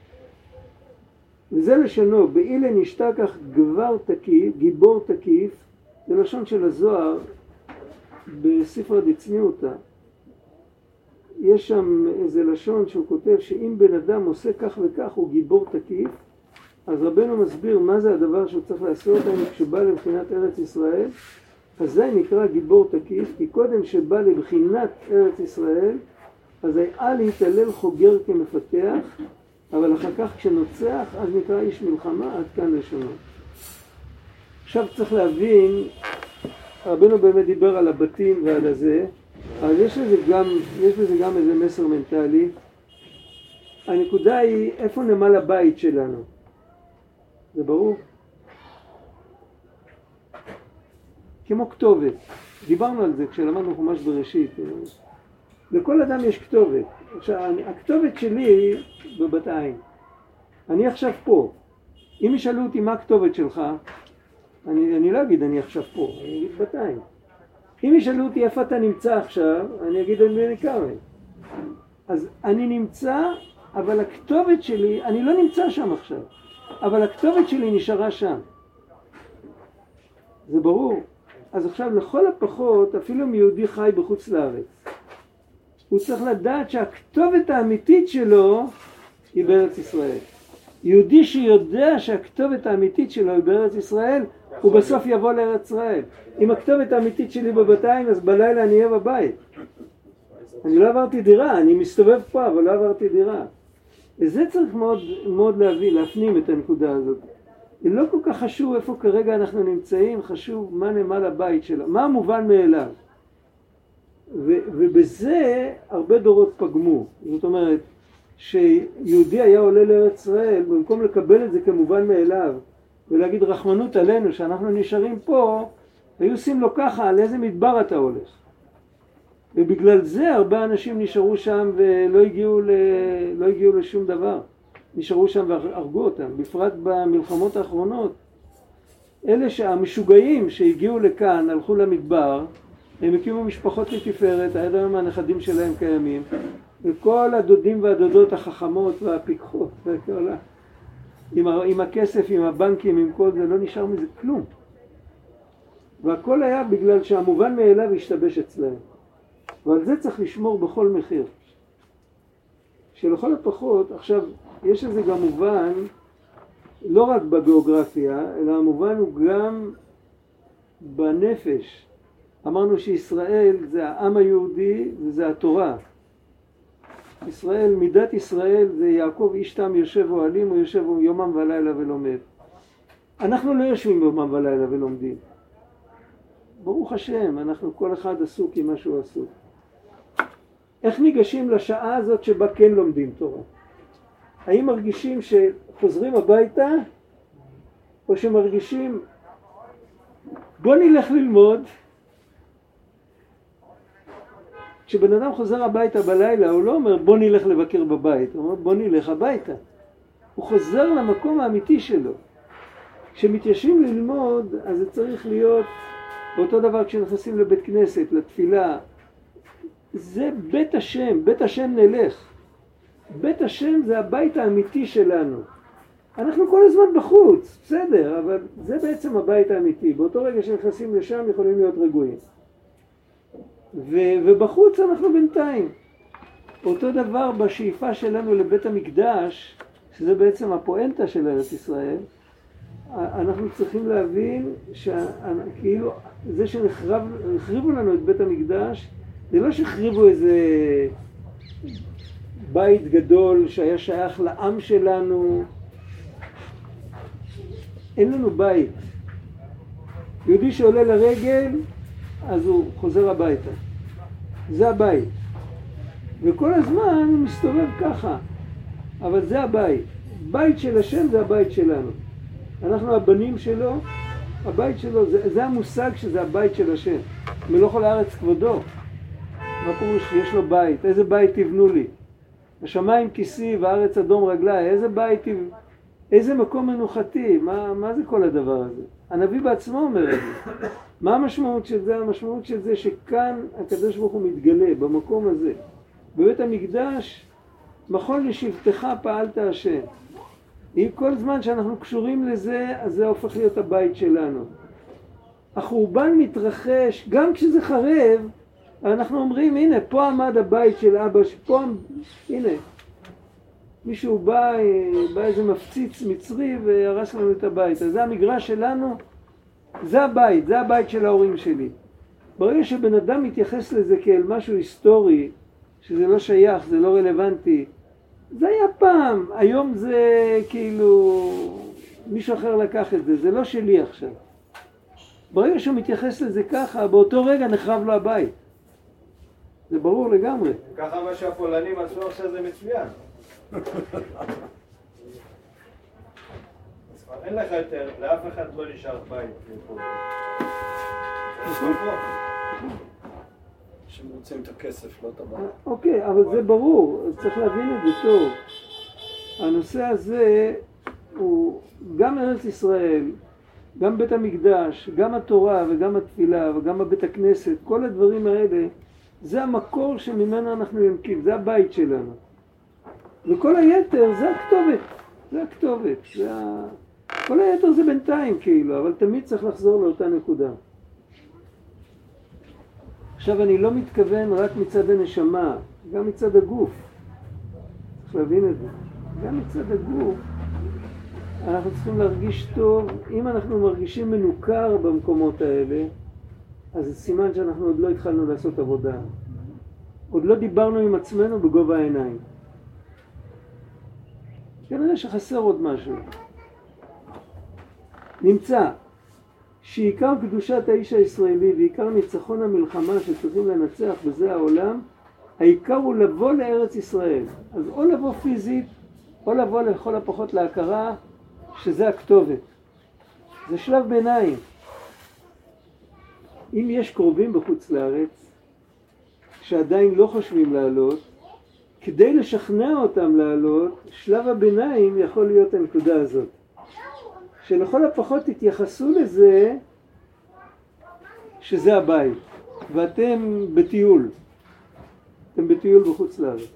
וזה לשונו, באילן ישתכח גבר תקיף, גיבור תקיף, זה לשון של הזוהר בספר דצניותא. יש שם איזה לשון שהוא כותב שאם בן אדם עושה כך וכך הוא גיבור תקיף, אז רבנו מסביר מה זה הדבר שהוא צריך לעשות כשבא לבחינת ארץ ישראל. אז זה נקרא גיבור תקיף, כי קודם שבא לבחינת ארץ ישראל, אז היה להתעלל חוגר כמפתח, אבל אחר כך כשנוצח, אז נקרא איש מלחמה, עד כאן לשונו. עכשיו צריך להבין, רבנו באמת דיבר על הבתים ועל הזה, אבל יש לזה גם, יש לזה גם איזה מסר מנטלי. הנקודה היא, איפה נמל הבית שלנו? זה ברור? כמו כתובת. דיברנו על זה כשלמדנו חומש בראשית. לכל אדם יש כתובת. עכשיו, הכתובת שלי היא בבת עין. אני עכשיו פה. אם ישאלו אותי מה הכתובת שלך, אני, אני לא אגיד אני עכשיו פה, אני אגיד בת עין. אם ישאלו אותי איפה אתה נמצא עכשיו, אני אגיד אני בני כרמל. אז אני נמצא, אבל הכתובת שלי, אני לא נמצא שם עכשיו. אבל הכתובת שלי נשארה שם. זה ברור. אז עכשיו לכל הפחות, אפילו אם יהודי חי בחוץ לארץ, הוא צריך לדעת שהכתובת האמיתית שלו היא בארץ ישראל. יהודי שיודע שהכתובת האמיתית שלו היא בארץ ישראל, הוא בסוף יבוא לארץ ישראל. אם הכתובת האמיתית שלי בבתיים, אז בלילה אני אהיה בבית. אני לא עברתי דירה, אני מסתובב פה, אבל לא עברתי דירה. וזה צריך מאוד, מאוד להביא, להפנים את הנקודה הזאת. זה לא כל כך חשוב איפה כרגע אנחנו נמצאים, חשוב מה נמל הבית שלו, מה המובן מאליו. ו- ובזה הרבה דורות פגמו. זאת אומרת, שיהודי היה עולה לארץ ישראל, במקום לקבל את זה כמובן מאליו, ולהגיד רחמנות עלינו שאנחנו נשארים פה, היו עושים לו ככה, על איזה מדבר אתה הולך. ובגלל זה הרבה אנשים נשארו שם ולא הגיעו, ל... לא הגיעו לשום דבר. נשארו שם והרגו אותם, בפרט במלחמות האחרונות. אלה שהמשוגעים שהגיעו לכאן, הלכו למדבר, הם הקימו משפחות לתפארת, עד היום הנכדים שלהם קיימים, וכל הדודים והדודות החכמות והפיקחות, וכל ה... עם, ה... עם הכסף, עם הבנקים, עם כל זה, לא נשאר מזה כלום. והכל היה בגלל שהמובן מאליו השתבש אצלהם. ועל זה צריך לשמור בכל מחיר. שלכל הפחות, עכשיו, יש לזה גם מובן, לא רק בגיאוגרפיה, אלא המובן הוא גם בנפש. אמרנו שישראל זה העם היהודי וזה התורה. ישראל, מידת ישראל זה יעקב איש תם יושב אוהלים, הוא יושב יומם ולילה ולומד. אנחנו לא יושבים יומם ולילה ולומדים. ברוך השם, אנחנו כל אחד עסוק עם מה שהוא עסוק. איך ניגשים לשעה הזאת שבה כן לומדים תורה? האם מרגישים שחוזרים הביתה, או שמרגישים בוא נלך ללמוד? כשבן אדם חוזר הביתה בלילה, הוא לא אומר בוא נלך לבקר בבית, הוא אומר בוא נלך הביתה. הוא חוזר למקום האמיתי שלו. כשמתיישבים ללמוד, אז זה צריך להיות באותו דבר כשנכנסים לבית כנסת, לתפילה. זה בית השם, בית השם נלך. בית השם זה הבית האמיתי שלנו. אנחנו כל הזמן בחוץ, בסדר, אבל זה בעצם הבית האמיתי. באותו רגע שנכנסים לשם יכולים להיות רגועים. ו- ובחוץ אנחנו בינתיים. אותו דבר בשאיפה שלנו לבית המקדש, שזה בעצם הפואנטה של ארץ ישראל, אנחנו צריכים להבין שכאילו זה שהחריבו לנו את בית המקדש, זה לא שהחריבו איזה בית גדול שהיה שייך לעם שלנו. אין לנו בית. יהודי שעולה לרגל, אז הוא חוזר הביתה. זה הבית. וכל הזמן הוא מסתובב ככה. אבל זה הבית. בית של השם זה הבית שלנו. אנחנו הבנים שלו, הבית שלו, זה, זה המושג שזה הבית של השם. מלוך על הארץ כבודו. מה פירוש? יש לו בית. איזה בית תבנו לי? השמיים כיסי והארץ אדום רגליי. איזה בית תבנו? איזה מקום מנוחתי? מה, מה זה כל הדבר הזה? הנביא בעצמו אומר את זה. מה המשמעות של זה? המשמעות של זה שכאן הקדוש ברוך הוא מתגלה, במקום הזה. בבית המקדש, מכון לשבטך פעלת השם. אם כל זמן שאנחנו קשורים לזה, אז זה הופך להיות הבית שלנו. החורבן מתרחש, גם כשזה חרב, אנחנו אומרים, הנה, פה עמד הבית של אבא, פה, הנה. מישהו בא, בא איזה מפציץ מצרי והרס לנו את הבית. אז זה המגרש שלנו, זה הבית, זה הבית של ההורים שלי. ברגע שבן אדם מתייחס לזה כאל משהו היסטורי, שזה לא שייך, זה לא רלוונטי, זה היה פעם, היום זה כאילו מישהו אחר לקח את זה, זה לא שלי עכשיו. ברגע שהוא מתייחס לזה ככה, באותו רגע נחרב לו הבית. זה ברור לגמרי. ככה מה שהפולנים עשו עכשיו זה מצוין. אין לך יותר, לאף אחד לא נשאר בית. שהם רוצים את הכסף, לא את הבית. אוקיי, אבל זה ברור, צריך להבין את זה טוב. הנושא הזה הוא גם ארץ ישראל, גם בית המקדש, גם התורה וגם התפילה וגם בבית הכנסת, כל הדברים האלה, זה המקור שממנו אנחנו יונקים, זה הבית שלנו. וכל היתר זה הכתובת, זה הכתובת, זה ה... כל היתר זה בינתיים כאילו, אבל תמיד צריך לחזור לאותה נקודה. עכשיו אני לא מתכוון רק מצד הנשמה, גם מצד הגוף. צריך להבין את זה. גם מצד הגוף אנחנו צריכים להרגיש טוב. אם אנחנו מרגישים מנוכר במקומות האלה, אז זה סימן שאנחנו עוד לא התחלנו לעשות עבודה. עוד לא דיברנו עם עצמנו בגובה העיניים. כנראה שחסר עוד משהו. נמצא שעיקר קדושת האיש הישראלי ועיקר ניצחון המלחמה שצריכים לנצח בזה העולם, העיקר הוא לבוא לארץ ישראל. אז או לבוא פיזית, או לבוא לכל הפחות להכרה שזה הכתובת. זה שלב ביניים. אם יש קרובים בחוץ לארץ שעדיין לא חושבים לעלות, כדי לשכנע אותם לעלות, שלב הביניים יכול להיות הנקודה הזאת. שלכל הפחות תתייחסו לזה שזה הבית, ואתם בטיול, אתם בטיול בחוץ לארץ.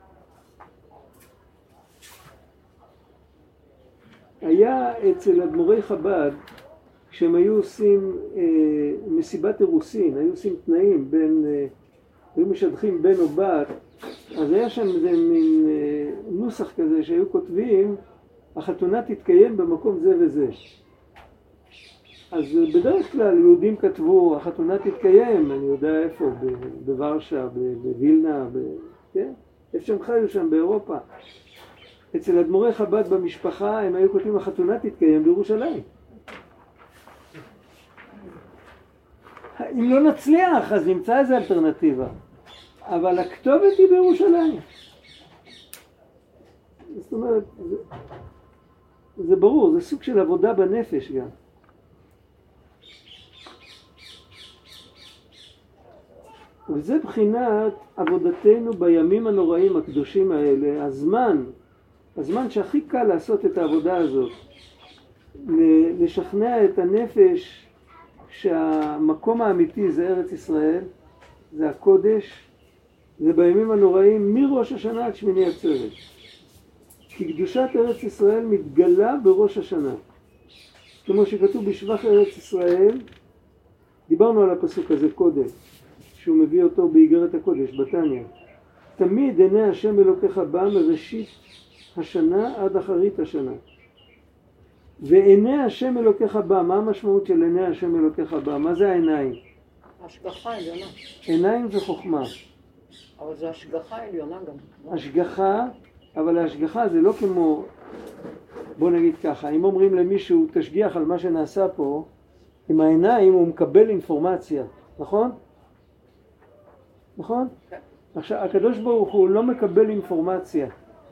היה אצל אדמו"רי חב"ד, כשהם היו עושים אה, מסיבת אירוסין, היו עושים תנאים בין, אה, היו משדכים בן או בת, אז היה שם איזה מין אה, נוסח כזה שהיו כותבים, החתונה תתקיים במקום זה וזה. אז בדרך כלל יהודים כתבו, החתונה תתקיים, אני יודע איפה, בוורשה, בווילנה, כן? איפה שהם חיו שם באירופה. אצל אדמו"רי חב"ד במשפחה הם היו כותבים, החתונה תתקיים בירושלים. אם לא נצליח, אז נמצא איזה אלטרנטיבה. אבל הכתובת היא בירושלים. זאת אומרת, זה, זה ברור, זה סוג של עבודה בנפש גם. וזה בחינת עבודתנו בימים הנוראים הקדושים האלה, הזמן, הזמן שהכי קל לעשות את העבודה הזאת, לשכנע את הנפש שהמקום האמיתי זה ארץ ישראל, זה הקודש, זה בימים הנוראים מראש השנה עד שמיני עצרת. כי קדושת ארץ ישראל מתגלה בראש השנה. כמו שכתוב בשבח ארץ ישראל, דיברנו על הפסוק הזה קודם, שהוא מביא אותו באיגרת הקודש, בתניא. תמיד עיני השם אלוקיך בא מראשית השנה עד אחרית השנה. ועיני השם אלוקיך בא, מה המשמעות של עיני השם אלוקיך בא? מה זה העיניים? השגחה עליונה. עיניים זה חוכמה. אבל זה השגחה עליונה גם. השגחה, אבל ההשגחה זה לא כמו, בוא נגיד ככה, אם אומרים למישהו תשגיח על מה שנעשה פה, עם העיניים הוא מקבל אינפורמציה, נכון? נכון? כן. עכשיו, הקדוש ברוך הוא לא מקבל אינפורמציה.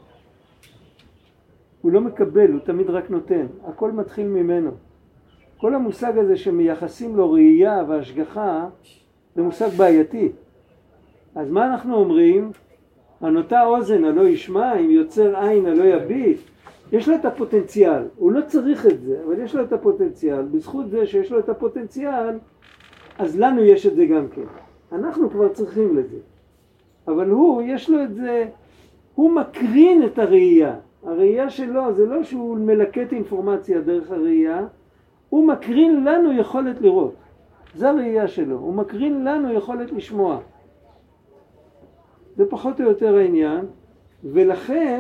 הוא לא מקבל, הוא תמיד רק נותן. הכל מתחיל ממנו. כל המושג הזה שמייחסים לו ראייה והשגחה, זה מושג בעייתי. אז מה אנחנו אומרים? הנוטה אוזן הלא ישמע, אם יוצר עין הלא יביט. יש לו את הפוטנציאל, הוא לא צריך את זה, אבל יש לו את הפוטנציאל. בזכות זה שיש לו את הפוטנציאל, אז לנו יש את זה גם כן. אנחנו כבר צריכים לזה. אבל הוא, יש לו את זה, הוא מקרין את הראייה. הראייה שלו זה לא שהוא מלקט אינפורמציה דרך הראייה, הוא מקרין לנו יכולת לראות. זה הראייה שלו, הוא מקרין לנו יכולת לשמוע. זה פחות או יותר העניין, ולכן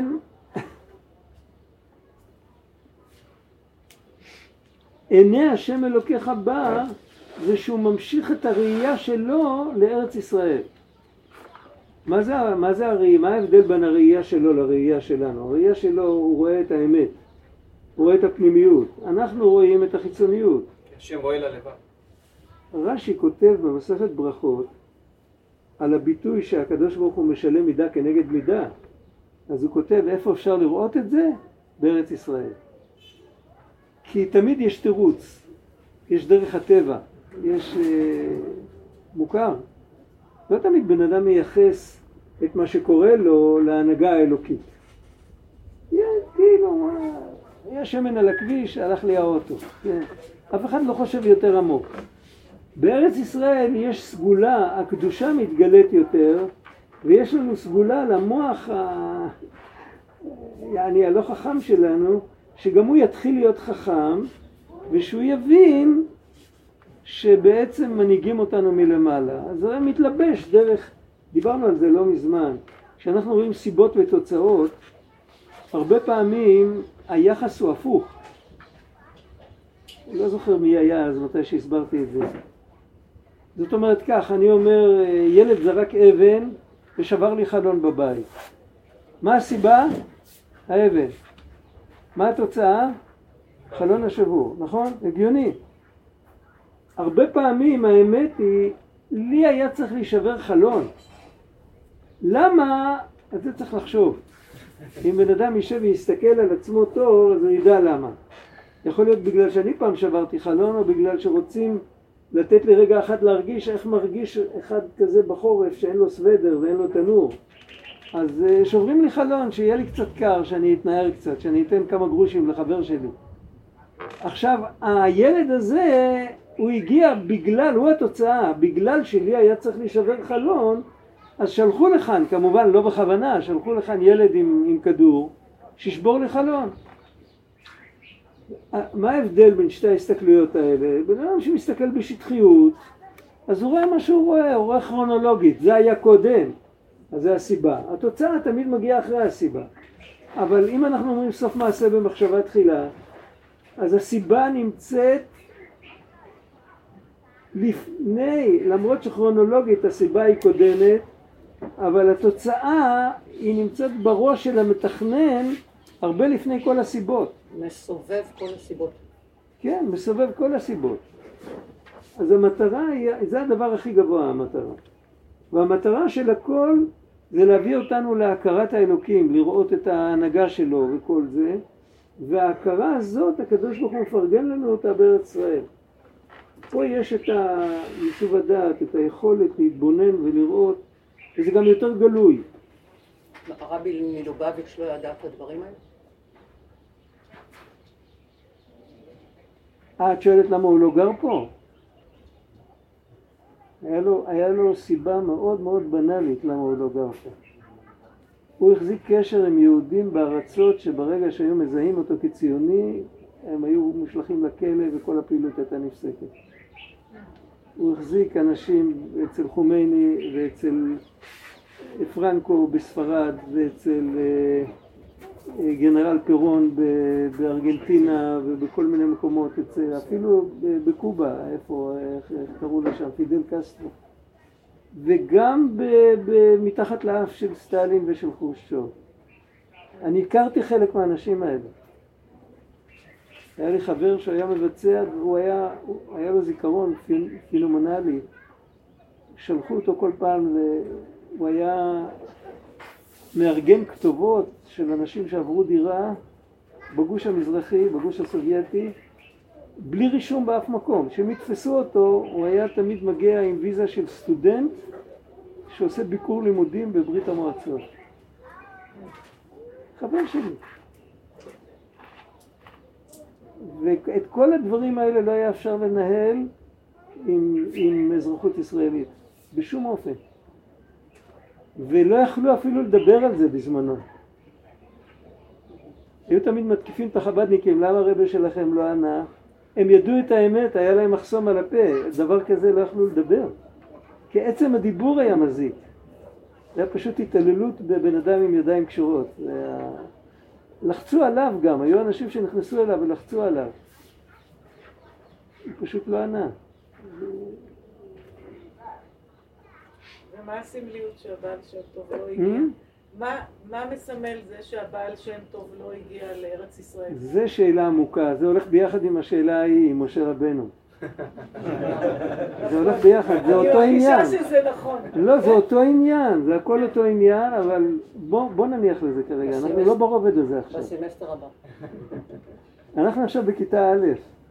עיני השם אלוקיך בא, זה שהוא ממשיך את הראייה שלו לארץ ישראל. מה זה, מה זה הראייה? מה ההבדל בין הראייה שלו לראייה שלנו? הראייה שלו, הוא רואה את האמת, הוא רואה את הפנימיות. אנחנו רואים את החיצוניות. השם רואה ללבד. רש"י כותב במסכת ברכות על הביטוי שהקדוש ברוך הוא משלם מידה כנגד מידה. אז הוא כותב איפה אפשר לראות את זה? בארץ ישראל. כי תמיד יש תירוץ, יש דרך הטבע, יש אה, מוכר. לא תמיד בן אדם מייחס את מה שקורה לו להנהגה האלוקית. כאילו, היה שמן על הכביש, הלך לי האוטו. כן. אף אחד לא חושב יותר עמוק. בארץ ישראל יש סגולה, הקדושה מתגלית יותר, ויש לנו סגולה למוח ה... יעני, הלא חכם שלנו, שגם הוא יתחיל להיות חכם, ושהוא יבין שבעצם מנהיגים אותנו מלמעלה. אז זה מתלבש דרך, דיברנו על זה לא מזמן, כשאנחנו רואים סיבות ותוצאות, הרבה פעמים היחס הוא הפוך. אני לא זוכר מי היה אז מתי שהסברתי את זה. זאת אומרת כך, אני אומר, ילד זרק אבן ושבר לי חלון בבית. מה הסיבה? האבן. מה התוצאה? חלון השבור, נכון? הגיוני. הרבה פעמים האמת היא, לי היה צריך להישבר חלון. למה? אז זה צריך לחשוב. אם בן אדם יישב ויסתכל על עצמו טוב, אז הוא ידע למה. יכול להיות בגלל שאני פעם שברתי חלון, או בגלל שרוצים לתת לי רגע אחד להרגיש איך מרגיש אחד כזה בחורף שאין לו סוודר ואין לו תנור. אז שוברים לי חלון, שיהיה לי קצת קר, שאני אתנער קצת, שאני אתן כמה גרושים לחבר שלי. עכשיו, הילד הזה, הוא הגיע בגלל, הוא התוצאה, בגלל שלי היה צריך להישבר חלון, אז שלחו לכאן, כמובן לא בכוונה, שלחו לכאן ילד עם, עם כדור, שישבור לי חלון. מה ההבדל בין שתי ההסתכלויות האלה? בן אדם שמסתכל בשטחיות, אז הוא רואה מה שהוא רואה, הוא רואה כרונולוגית, זה היה קודם, אז זה הסיבה. התוצאה תמיד מגיעה אחרי הסיבה. אבל אם אנחנו אומרים סוף מעשה במחשבה תחילה, אז הסיבה נמצאת לפני, למרות שכרונולוגית הסיבה היא קודמת, אבל התוצאה היא נמצאת בראש של המתכנן הרבה לפני כל הסיבות. מסובב כל הסיבות. כן, מסובב כל הסיבות. אז המטרה היא, זה הדבר הכי גבוה, המטרה. והמטרה של הכל זה להביא אותנו להכרת האלוקים, לראות את ההנהגה שלו וכל זה, וההכרה הזאת הקדוש ברוך הוא מפרגן לנו אותה בארץ ישראל. פה יש את יישוב הדעת, את היכולת להתבונן ולראות, וזה גם יותר גלוי. הרבי מלובביץ' לא ידע את הדברים האלה? אה, את שואלת למה הוא לא גר פה? היה לו, היה לו סיבה מאוד מאוד בנאלית למה הוא לא גר פה. הוא החזיק קשר עם יהודים בארצות שברגע שהיו מזהים אותו כציוני, הם היו מושלכים לכלא וכל הפעילות הייתה נפסקת. הוא החזיק אנשים אצל חומייני ואצל פרנקו בספרד ואצל גנרל פירון בארגנטינה ובכל מיני מקומות, אצל, אפילו בקובה, איפה, איך קראו לשם, פידל קסטרו. וגם ב, ב, מתחת לאף של סטלין ושל חרושצ'וב. אני הכרתי חלק מהאנשים האלה. היה לי חבר שהיה מבצע, והוא היה, היה לו זיכרון פינומנלי. שלחו אותו כל פעם, והוא היה מארגן כתובות של אנשים שעברו דירה בגוש המזרחי, בגוש הסובייטי, בלי רישום באף מקום. כשהם יתפסו אותו, הוא היה תמיד מגיע עם ויזה של סטודנט שעושה ביקור לימודים בברית המועצות. חבר שלי. ואת כל הדברים האלה לא היה אפשר לנהל עם, עם אזרחות ישראלית, בשום אופן. ולא יכלו אפילו לדבר על זה בזמנו. היו תמיד מתקיפים את החבדניקים, למה הרבי שלכם לא ענה? הם ידעו את האמת, היה להם מחסום על הפה, דבר כזה לא יכלו לדבר. כי עצם הדיבור היה מזיק. זה היה פשוט התעללות בבן אדם עם ידיים קשורות. היה... לחצו עליו גם, היו אנשים שנכנסו אליו ולחצו עליו. הוא פשוט לא ענה. ומה הסמליות שהבעל שם טוב לא הגיע? מה, מה מסמל זה שהבעל שם טוב לא הגיע לארץ ישראל? זה שאלה עמוקה, זה הולך ביחד עם השאלה ההיא, עם משה רבנו. זה הולך ביחד, זה אותו עניין. אני מרגישה שזה נכון. לא, זה אותו עניין, זה הכל אותו עניין, אבל בוא, בוא נניח לזה כרגע, אנחנו לא ברובד הזה עכשיו. בסמסטר הבא. אנחנו עכשיו בכיתה א'.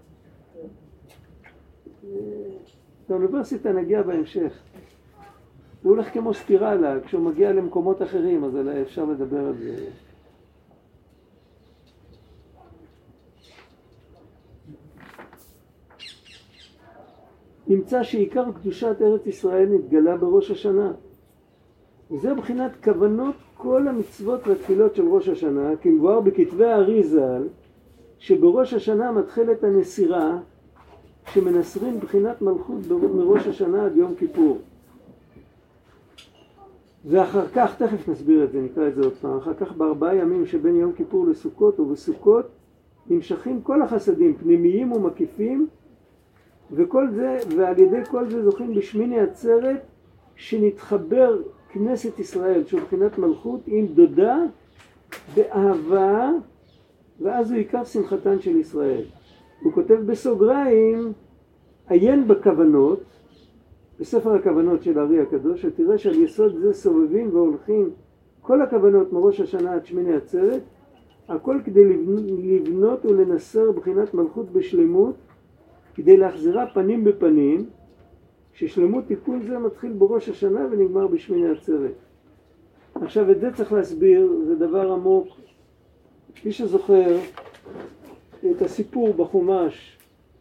באוניברסיטה נגיע בהמשך. הוא הולך כמו ספירלה, כשהוא מגיע למקומות אחרים, אז אפשר לדבר על זה. נמצא שעיקר קדושת ארץ ישראל נתגלה בראש השנה. וזה מבחינת כוונות כל המצוות והתפילות של ראש השנה, כי מבואר בכתבי הארי ז"ל, שבראש השנה מתחילת הנסירה, שמנסרים בחינת מלכות מראש השנה עד יום כיפור. ואחר כך, תכף נסביר את זה, נקרא את זה עוד פעם, אחר כך בארבעה ימים שבין יום כיפור לסוכות, ובסוכות נמשכים כל החסדים, פנימיים ומקיפים, וכל זה, ועל ידי כל זה זוכים בשמיני עצרת, שנתחבר כנסת ישראל, שהוא בחינת מלכות, עם דודה, באהבה, ואז הוא עיקר שמחתן של ישראל. הוא כותב בסוגריים, עיין בכוונות, בספר הכוונות של הארי הקדוש, ותראה שעל יסוד זה סובבים והולכים כל הכוונות מראש השנה עד שמיני עצרת, הכל כדי לבנות ולנסר בחינת מלכות בשלמות, כדי להחזירה פנים בפנים, ששלמות תיקון זה מתחיל בראש השנה ונגמר בשמיני עצרת. עכשיו את זה צריך להסביר, זה דבר עמוק. מי שזוכר את הסיפור בחומש,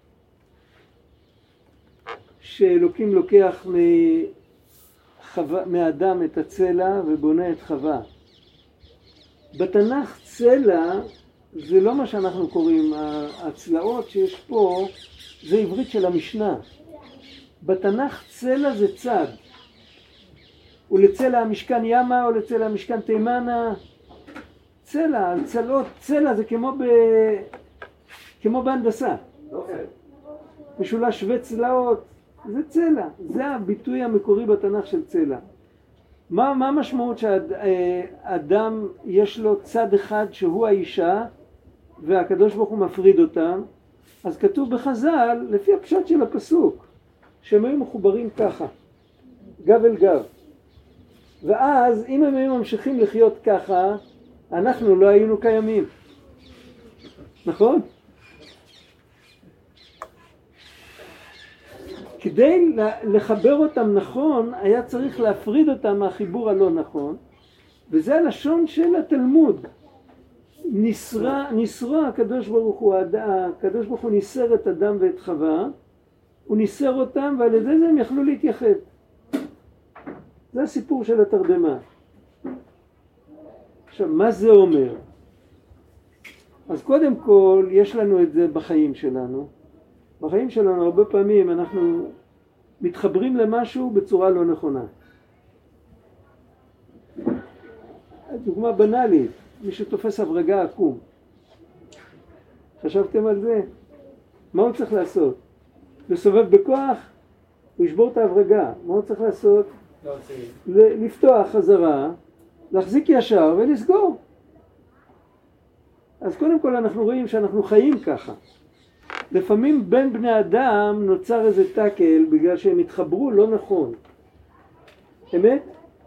שאלוקים לוקח מחווה, מאדם את הצלע ובונה את חווה. בתנ"ך צלע זה לא מה שאנחנו קוראים, הצלעות שיש פה זה עברית של המשנה. בתנ"ך צלע זה צד. ולצלע המשכן ימה או לצלע המשכן תימנה. צלע, צלעות, צלע זה כמו, ב... כמו בהנדסה. משולש שווה צלעות. זה צלע, זה הביטוי המקורי בתנ"ך של צלע. מה, מה המשמעות שהאדם יש לו צד אחד שהוא האישה והקדוש ברוך הוא מפריד אותם? אז כתוב בחז"ל, לפי הפשט של הפסוק, שהם היו מחוברים ככה, גב אל גב. ואז אם הם היו ממשיכים לחיות ככה, אנחנו לא היינו קיימים. נכון? כדי לחבר אותם נכון, היה צריך להפריד אותם מהחיבור הלא נכון, וזה הלשון של התלמוד. נשרה, נשרה הקדוש ברוך הוא, הקדוש ברוך הוא ניסר את אדם ואת חווה, הוא ניסר אותם ועל ידי זה הם יכלו להתייחד. זה הסיפור של התרדמה. עכשיו, מה זה אומר? אז קודם כל, יש לנו את זה בחיים שלנו. בחיים שלנו הרבה פעמים אנחנו מתחברים למשהו בצורה לא נכונה. דוגמה בנאלית, מי שתופס הברגה עקום. חשבתם על זה? מה הוא צריך לעשות? לסובב בכוח? הוא ישבור את ההברגה. מה הוא צריך לעשות? לפתוח חזרה, להחזיק ישר ולסגור. אז קודם כל אנחנו רואים שאנחנו חיים ככה. לפעמים בין בני אדם נוצר איזה טקל בגלל שהם התחברו לא נכון. אמת?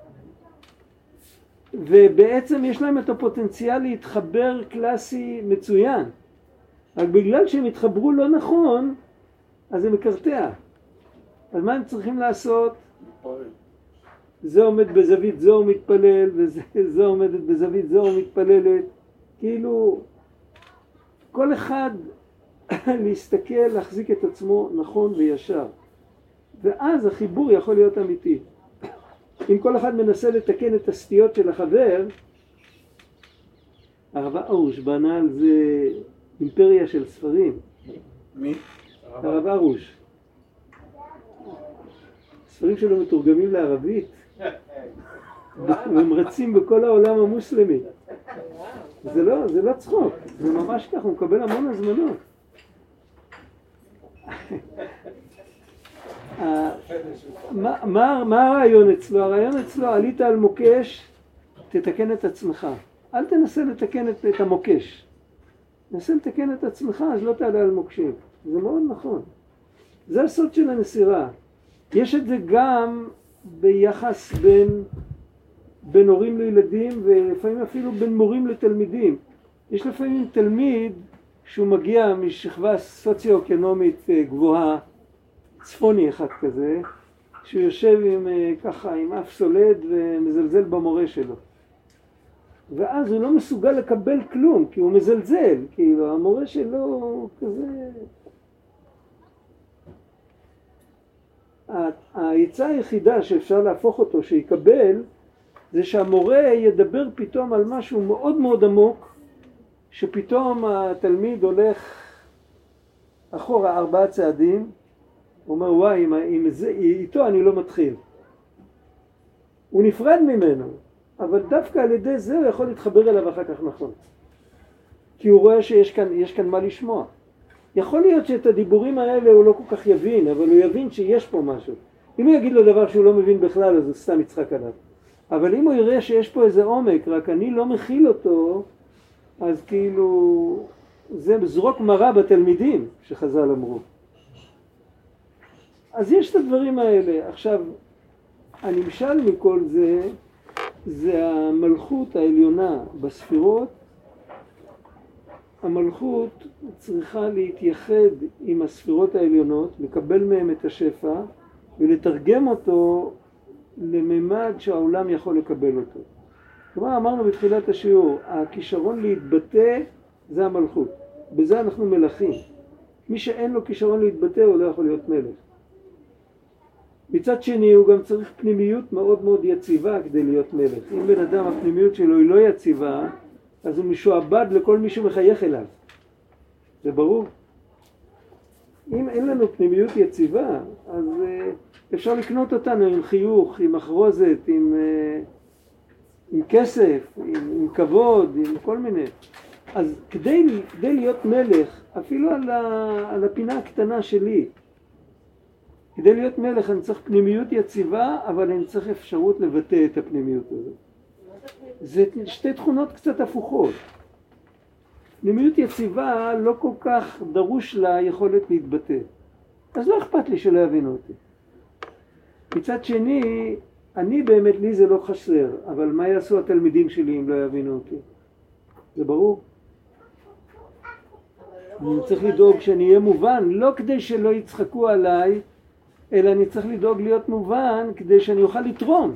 ובעצם יש להם את הפוטנציאל להתחבר קלאסי מצוין. רק בגלל שהם התחברו לא נכון, אז זה מקרטע. אז מה הם צריכים לעשות? זה עומד בזווית זו מתפלל, וזה עומדת בזווית זו מתפללת. כאילו, כל אחד להסתכל, להחזיק את עצמו נכון וישר. ואז החיבור יכול להיות אמיתי. אם כל אחד מנסה לתקן את הסטיות של החבר, הרב ארוש בנה על זה אימפריה של ספרים. מי? הרב ארוש. ספרים שלו מתורגמים לערבית. והם רצים בכל העולם המוסלמי. זה לא, זה לא צחוק, זה ממש כך, הוא מקבל המון הזמנות. מה, מה, מה הרעיון אצלו? הרעיון אצלו, עלית על מוקש, תתקן את עצמך. אל תנסה לתקן את, את המוקש. תנסה לתקן את עצמך, אז לא תעלה על מוקשים. זה מאוד נכון. זה הסוד של הנסירה. יש את זה גם ביחס בין, בין הורים לילדים, ולפעמים אפילו בין מורים לתלמידים. יש לפעמים תלמיד שהוא מגיע משכבה סוציו-אקונומית גבוהה, צפוני אחד כזה, שהוא יושב עם, ככה, עם אף סולד ומזלזל במורה שלו. ואז הוא לא מסוגל לקבל כלום, כי הוא מזלזל, כאילו המורה שלו כזה... העצה היחידה שאפשר להפוך אותו, שיקבל, זה שהמורה ידבר פתאום על משהו מאוד מאוד עמוק, שפתאום התלמיד הולך אחורה ארבעה צעדים, הוא אומר, וואי, עם, עם זה, איתו אני לא מתחיל. הוא נפרד ממנו, אבל דווקא על ידי זה הוא יכול להתחבר אליו אחר כך נכון. כי הוא רואה שיש כאן, יש כאן מה לשמוע. יכול להיות שאת הדיבורים האלה הוא לא כל כך יבין, אבל הוא יבין שיש פה משהו. אם הוא יגיד לו דבר שהוא לא מבין בכלל, אז הוא סתם יצחק עליו. אבל אם הוא יראה שיש פה איזה עומק, רק אני לא מכיל אותו, אז כאילו, זה זרוק מראה בתלמידים, שחז"ל אמרו. אז יש את הדברים האלה. עכשיו, הנמשל מכל זה, זה המלכות העליונה בספירות. המלכות צריכה להתייחד עם הספירות העליונות, לקבל מהם את השפע, ולתרגם אותו לממד שהעולם יכול לקבל אותו. כלומר, אמרנו בתחילת השיעור, הכישרון להתבטא זה המלכות. בזה אנחנו מלכים. מי שאין לו כישרון להתבטא הוא לא יכול להיות מלך. מצד שני הוא גם צריך פנימיות מאוד מאוד יציבה כדי להיות מלך. אם בן אדם הפנימיות שלו היא לא יציבה, אז הוא משועבד לכל מי שמחייך אליו. זה ברור. אם אין לנו פנימיות יציבה, אז uh, אפשר לקנות אותנו עם חיוך, עם אחרוזת, עם, uh, עם כסף, עם, עם כבוד, עם כל מיני. אז כדי, כדי להיות מלך, אפילו על, ה, על הפינה הקטנה שלי, כדי להיות מלך אני צריך פנימיות יציבה, אבל אני צריך אפשרות לבטא את הפנימיות הזאת. זה שתי תכונות קצת הפוכות. פנימיות יציבה לא כל כך דרוש לה יכולת להתבטא. אז לא אכפת לי שלא יבינו אותי. מצד שני, אני באמת, לי זה לא חסר, אבל מה יעשו התלמידים שלי אם לא יבינו אותי? זה ברור. אני צריך לדאוג שאני אהיה מובן, לא כדי שלא יצחקו עליי, אלא אני צריך לדאוג להיות מובן כדי שאני אוכל לתרום.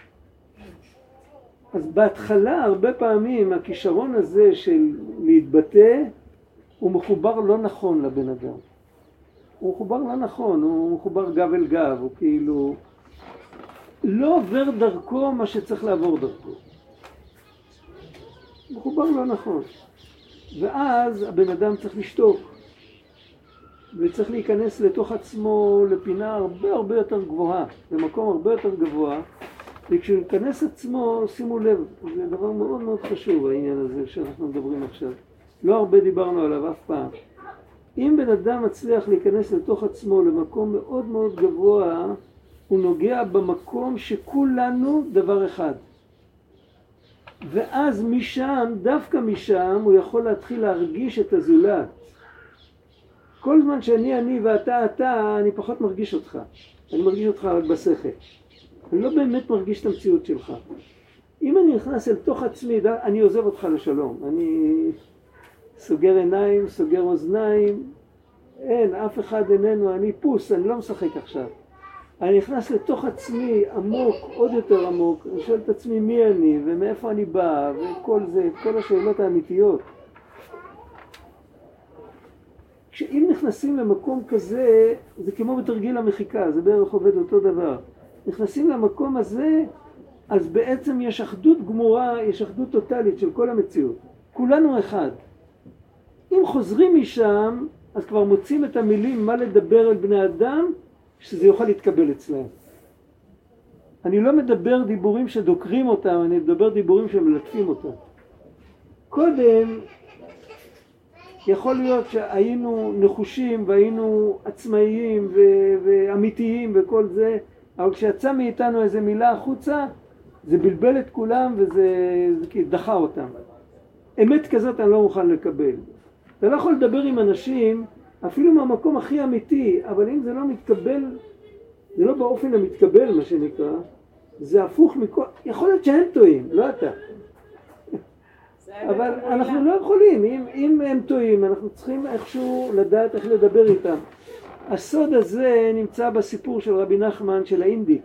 אז בהתחלה הרבה פעמים הכישרון הזה של להתבטא הוא מחובר לא נכון לבן אדם. הוא מחובר לא נכון, הוא מחובר גב אל גב, הוא כאילו לא עובר דרכו מה שצריך לעבור דרכו. מחובר לא נכון. ואז הבן אדם צריך לשתוק. וצריך להיכנס לתוך עצמו לפינה הרבה הרבה יותר גבוהה, למקום הרבה יותר גבוה. וכשהוא ייכנס עצמו, שימו לב, זה דבר מאוד מאוד חשוב העניין הזה שאנחנו מדברים עכשיו. לא הרבה דיברנו עליו אף פעם. אם בן אדם מצליח להיכנס לתוך עצמו למקום מאוד מאוד גבוה, הוא נוגע במקום שכולנו דבר אחד. ואז משם, דווקא משם, הוא יכול להתחיל להרגיש את הזולת. כל זמן שאני אני ואתה אתה, אני פחות מרגיש אותך. אני מרגיש אותך רק בשכל. אני לא באמת מרגיש את המציאות שלך. אם אני נכנס אל תוך עצמי, אני עוזב אותך לשלום. אני סוגר עיניים, סוגר אוזניים. אין, אף אחד איננו, אני פוס, אני לא משחק עכשיו. אני נכנס לתוך עצמי עמוק, עוד יותר עמוק. אני שואל את עצמי מי אני ומאיפה אני בא וכל זה, כל השאלות האמיתיות. כשאם נכנסים למקום כזה, זה כמו בתרגיל המחיקה, זה בערך עובד אותו דבר. נכנסים למקום הזה, אז בעצם יש אחדות גמורה, יש אחדות טוטלית של כל המציאות. כולנו אחד. אם חוזרים משם, אז כבר מוצאים את המילים מה לדבר על בני אדם, שזה יוכל להתקבל אצלהם. אני לא מדבר דיבורים שדוקרים אותם, אני מדבר דיבורים שמלטפים אותם. קודם, יכול להיות שהיינו נחושים והיינו עצמאיים ו- ואמיתיים וכל זה, אבל כשיצא מאיתנו איזה מילה החוצה, זה בלבל את כולם וזה זה דחה אותם. אמת כזאת אני לא מוכן לקבל. אתה לא יכול לדבר עם אנשים, אפילו מהמקום הכי אמיתי, אבל אם זה לא מתקבל, זה לא באופן המתקבל מה שנקרא, זה הפוך מכל, יכול להיות שהם טועים, לא אתה. אבל אנחנו לא יכולים, אם, אם הם טועים, אנחנו צריכים איכשהו לדעת איך לדבר איתם. הסוד הזה נמצא בסיפור של רבי נחמן של האינדיק.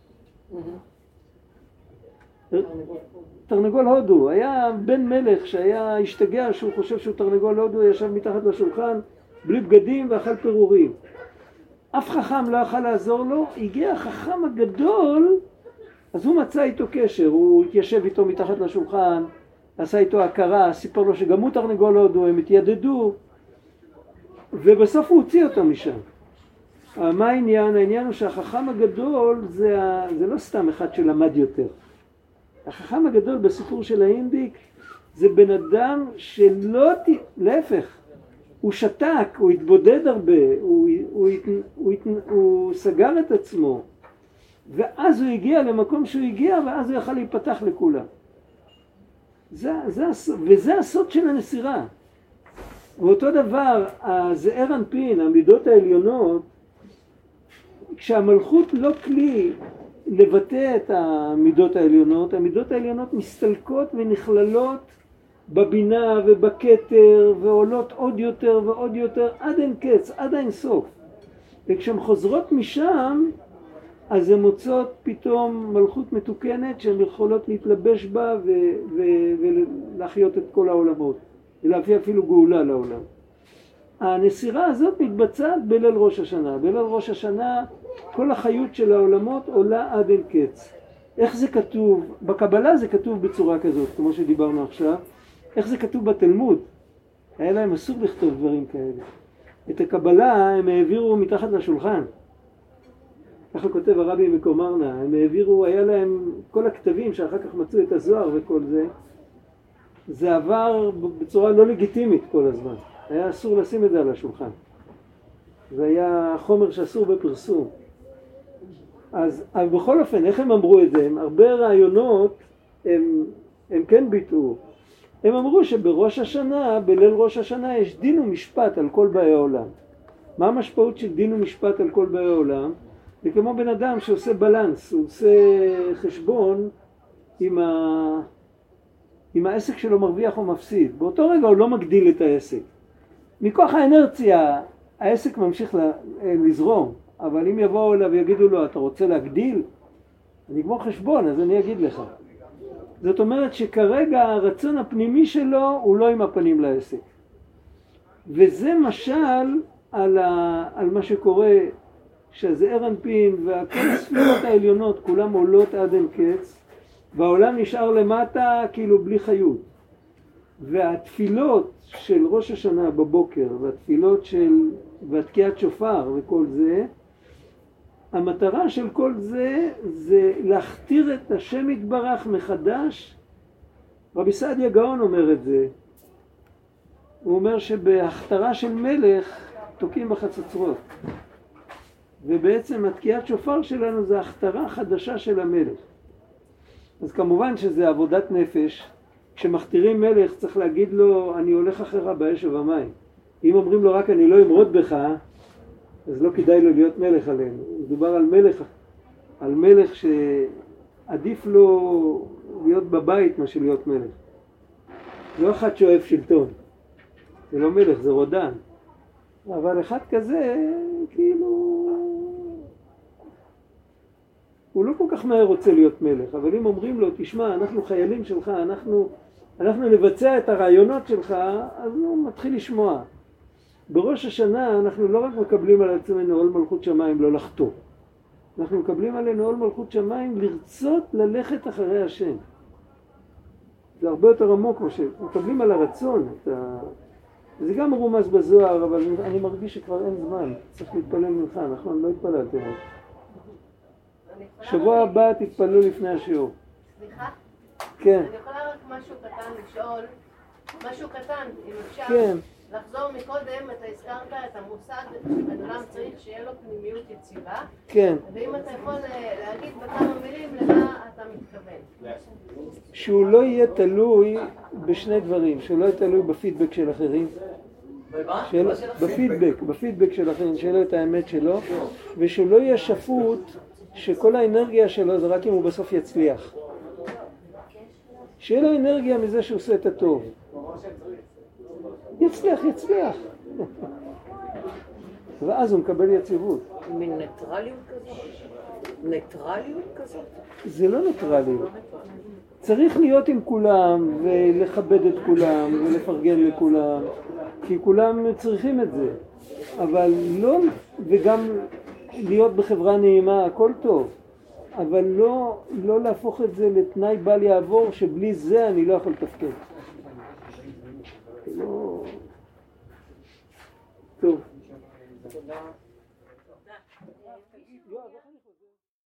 תרנגול הודו, היה בן מלך שהיה השתגע שהוא חושב שהוא תרנגול הודו, ישב מתחת לשולחן בלי בגדים ואכל פירורים. אף חכם לא יכול לעזור לו, הגיע החכם הגדול, אז הוא מצא איתו קשר, הוא התיישב איתו מתחת לשולחן, עשה איתו הכרה, סיפר לו שגם הוא תרנגול הודו, הם התיידדו, ובסוף הוא הוציא אותו משם. מה העניין? העניין הוא שהחכם הגדול זה, זה לא סתם אחד שלמד יותר. החכם הגדול בסיפור של האינדיק זה בן אדם שלא, להפך, הוא שתק, הוא התבודד הרבה, הוא, הוא, הוא, הוא, הוא סגר את עצמו, ואז הוא הגיע למקום שהוא הגיע, ואז הוא יכל להיפתח לכולם. זה, זה, וזה הסוד של הנסירה. ואותו דבר, הזעיר אנפין, המידות העליונות, כשהמלכות לא כלי לבטא את המידות העליונות, המידות העליונות מסתלקות ונכללות בבינה ובכתר ועולות עוד יותר ועוד יותר עד אין קץ, עד אין סוף. וכשהן חוזרות משם, אז הן מוצאות פתאום מלכות מתוקנת שהן יכולות להתלבש בה ו- ו- ולהחיות את כל העולמות, ולהביא אפילו גאולה לעולם. הנסירה הזאת מתבצעת בליל ראש השנה. בליל ראש השנה כל החיות של העולמות עולה עד אין קץ. איך זה כתוב? בקבלה זה כתוב בצורה כזאת, כמו שדיברנו עכשיו. איך זה כתוב בתלמוד? היה להם אסור לכתוב דברים כאלה. את הקבלה הם העבירו מתחת לשולחן. ככה כותב הרבי מקומרנה, הם העבירו, היה להם כל הכתבים שאחר כך מצאו את הזוהר וכל זה, זה עבר בצורה לא לגיטימית כל הזמן. היה אסור לשים את זה על השולחן. זה היה חומר שאסור בפרסום. אז אבל בכל אופן, איך הם אמרו את זה? הם, הרבה רעיונות הם, הם כן ביטאו. הם אמרו שבראש השנה, בליל ראש השנה, יש דין ומשפט על כל באי העולם. מה המשמעות של דין ומשפט על כל באי העולם? זה כמו בן אדם שעושה בלנס, הוא עושה חשבון עם, ה... עם העסק שלו מרוויח או מפסיד. באותו רגע הוא לא מגדיל את העסק. מכוח האנרציה העסק ממשיך לזרום, אבל אם יבואו אליו ויגידו לו, אתה רוצה להגדיל? אני אגמור חשבון, אז אני אגיד לך. זאת אומרת שכרגע הרצון הפנימי שלו הוא לא עם הפנים לעסק. וזה משל על, ה... על מה שקורה, שהזעיר אנפין וכל הספירות העליונות כולם עולות עד אין קץ, והעולם נשאר למטה כאילו בלי חיות. והתפילות של ראש השנה בבוקר, והתפילות של והתקיעת שופר וכל זה, המטרה של כל זה זה להכתיר את השם יתברך מחדש. רבי סעדיה גאון אומר את זה. הוא אומר שבהכתרה של מלך תוקעים בחצוצרות. ובעצם התקיעת שופר שלנו זה הכתרה חדשה של המלך. אז כמובן שזה עבודת נפש. כשמכתירים מלך צריך להגיד לו, אני הולך אחריך באש ובמים. אם אומרים לו רק אני לא אמרוד בך, אז לא כדאי לו להיות מלך עלינו. מדובר על מלך, על מלך שעדיף לו להיות בבית מה שלהיות מלך. לא אחד שאוהב שלטון. זה לא מלך, זה רודן. אבל אחד כזה, כאילו, הוא לא כל כך מהר רוצה להיות מלך. אבל אם אומרים לו, תשמע, אנחנו חיילים שלך, אנחנו, אנחנו נבצע את הרעיונות שלך, אז הוא מתחיל לשמוע. בראש השנה אנחנו לא רק מקבלים על עצמנו עול מלכות שמיים לא לחטוא. אנחנו מקבלים עלינו עול מלכות שמיים לרצות ללכת אחרי השם. זה הרבה יותר עמוק מה שמקבלים על הרצון. את ה... זה גם מרומז בזוהר, אבל אני מרגיש שכבר אין זמן. צריך להתפלל ממך, נכון? לא התפללתם עוד. שבוע הבא תתפללו לפני השיעור. סליחה? כן. אני יכולה רק משהו קטן לשאול, משהו קטן, אם אפשר כן. לחזור מקודם, אתה הזכרת את המושג שבן אדם צריך שיהיה לו פנימיות יציבה. כן. ואם אתה יכול להגיד בכמה מילים למה אתה מתכוון. שהוא לא יהיה תלוי בשני דברים, שהוא לא יהיה תלוי בפידבק של אחרים. במה? של... בפידבק, בפידבק של אחרים, שיהיה לו את האמת שלו, ושהוא לא יהיה שפוט שכל האנרגיה שלו זה רק אם הוא בסוף יצליח. שיהיה לו אנרגיה מזה שהוא עושה את הטוב. יצליח, יצליח. ואז הוא מקבל יציבות. מין ניטרליות כזאת? ניטרליות כזאת? זה לא ניטרליות. צריך להיות עם כולם ולכבד את כולם ולפרגן לכולם, כי כולם צריכים את זה. אבל לא, וגם להיות בחברה נעימה, הכל טוב. אבל לא, לא להפוך את זה לתנאי בל יעבור, שבלי זה אני לא יכול לתפקד. לא... טוב.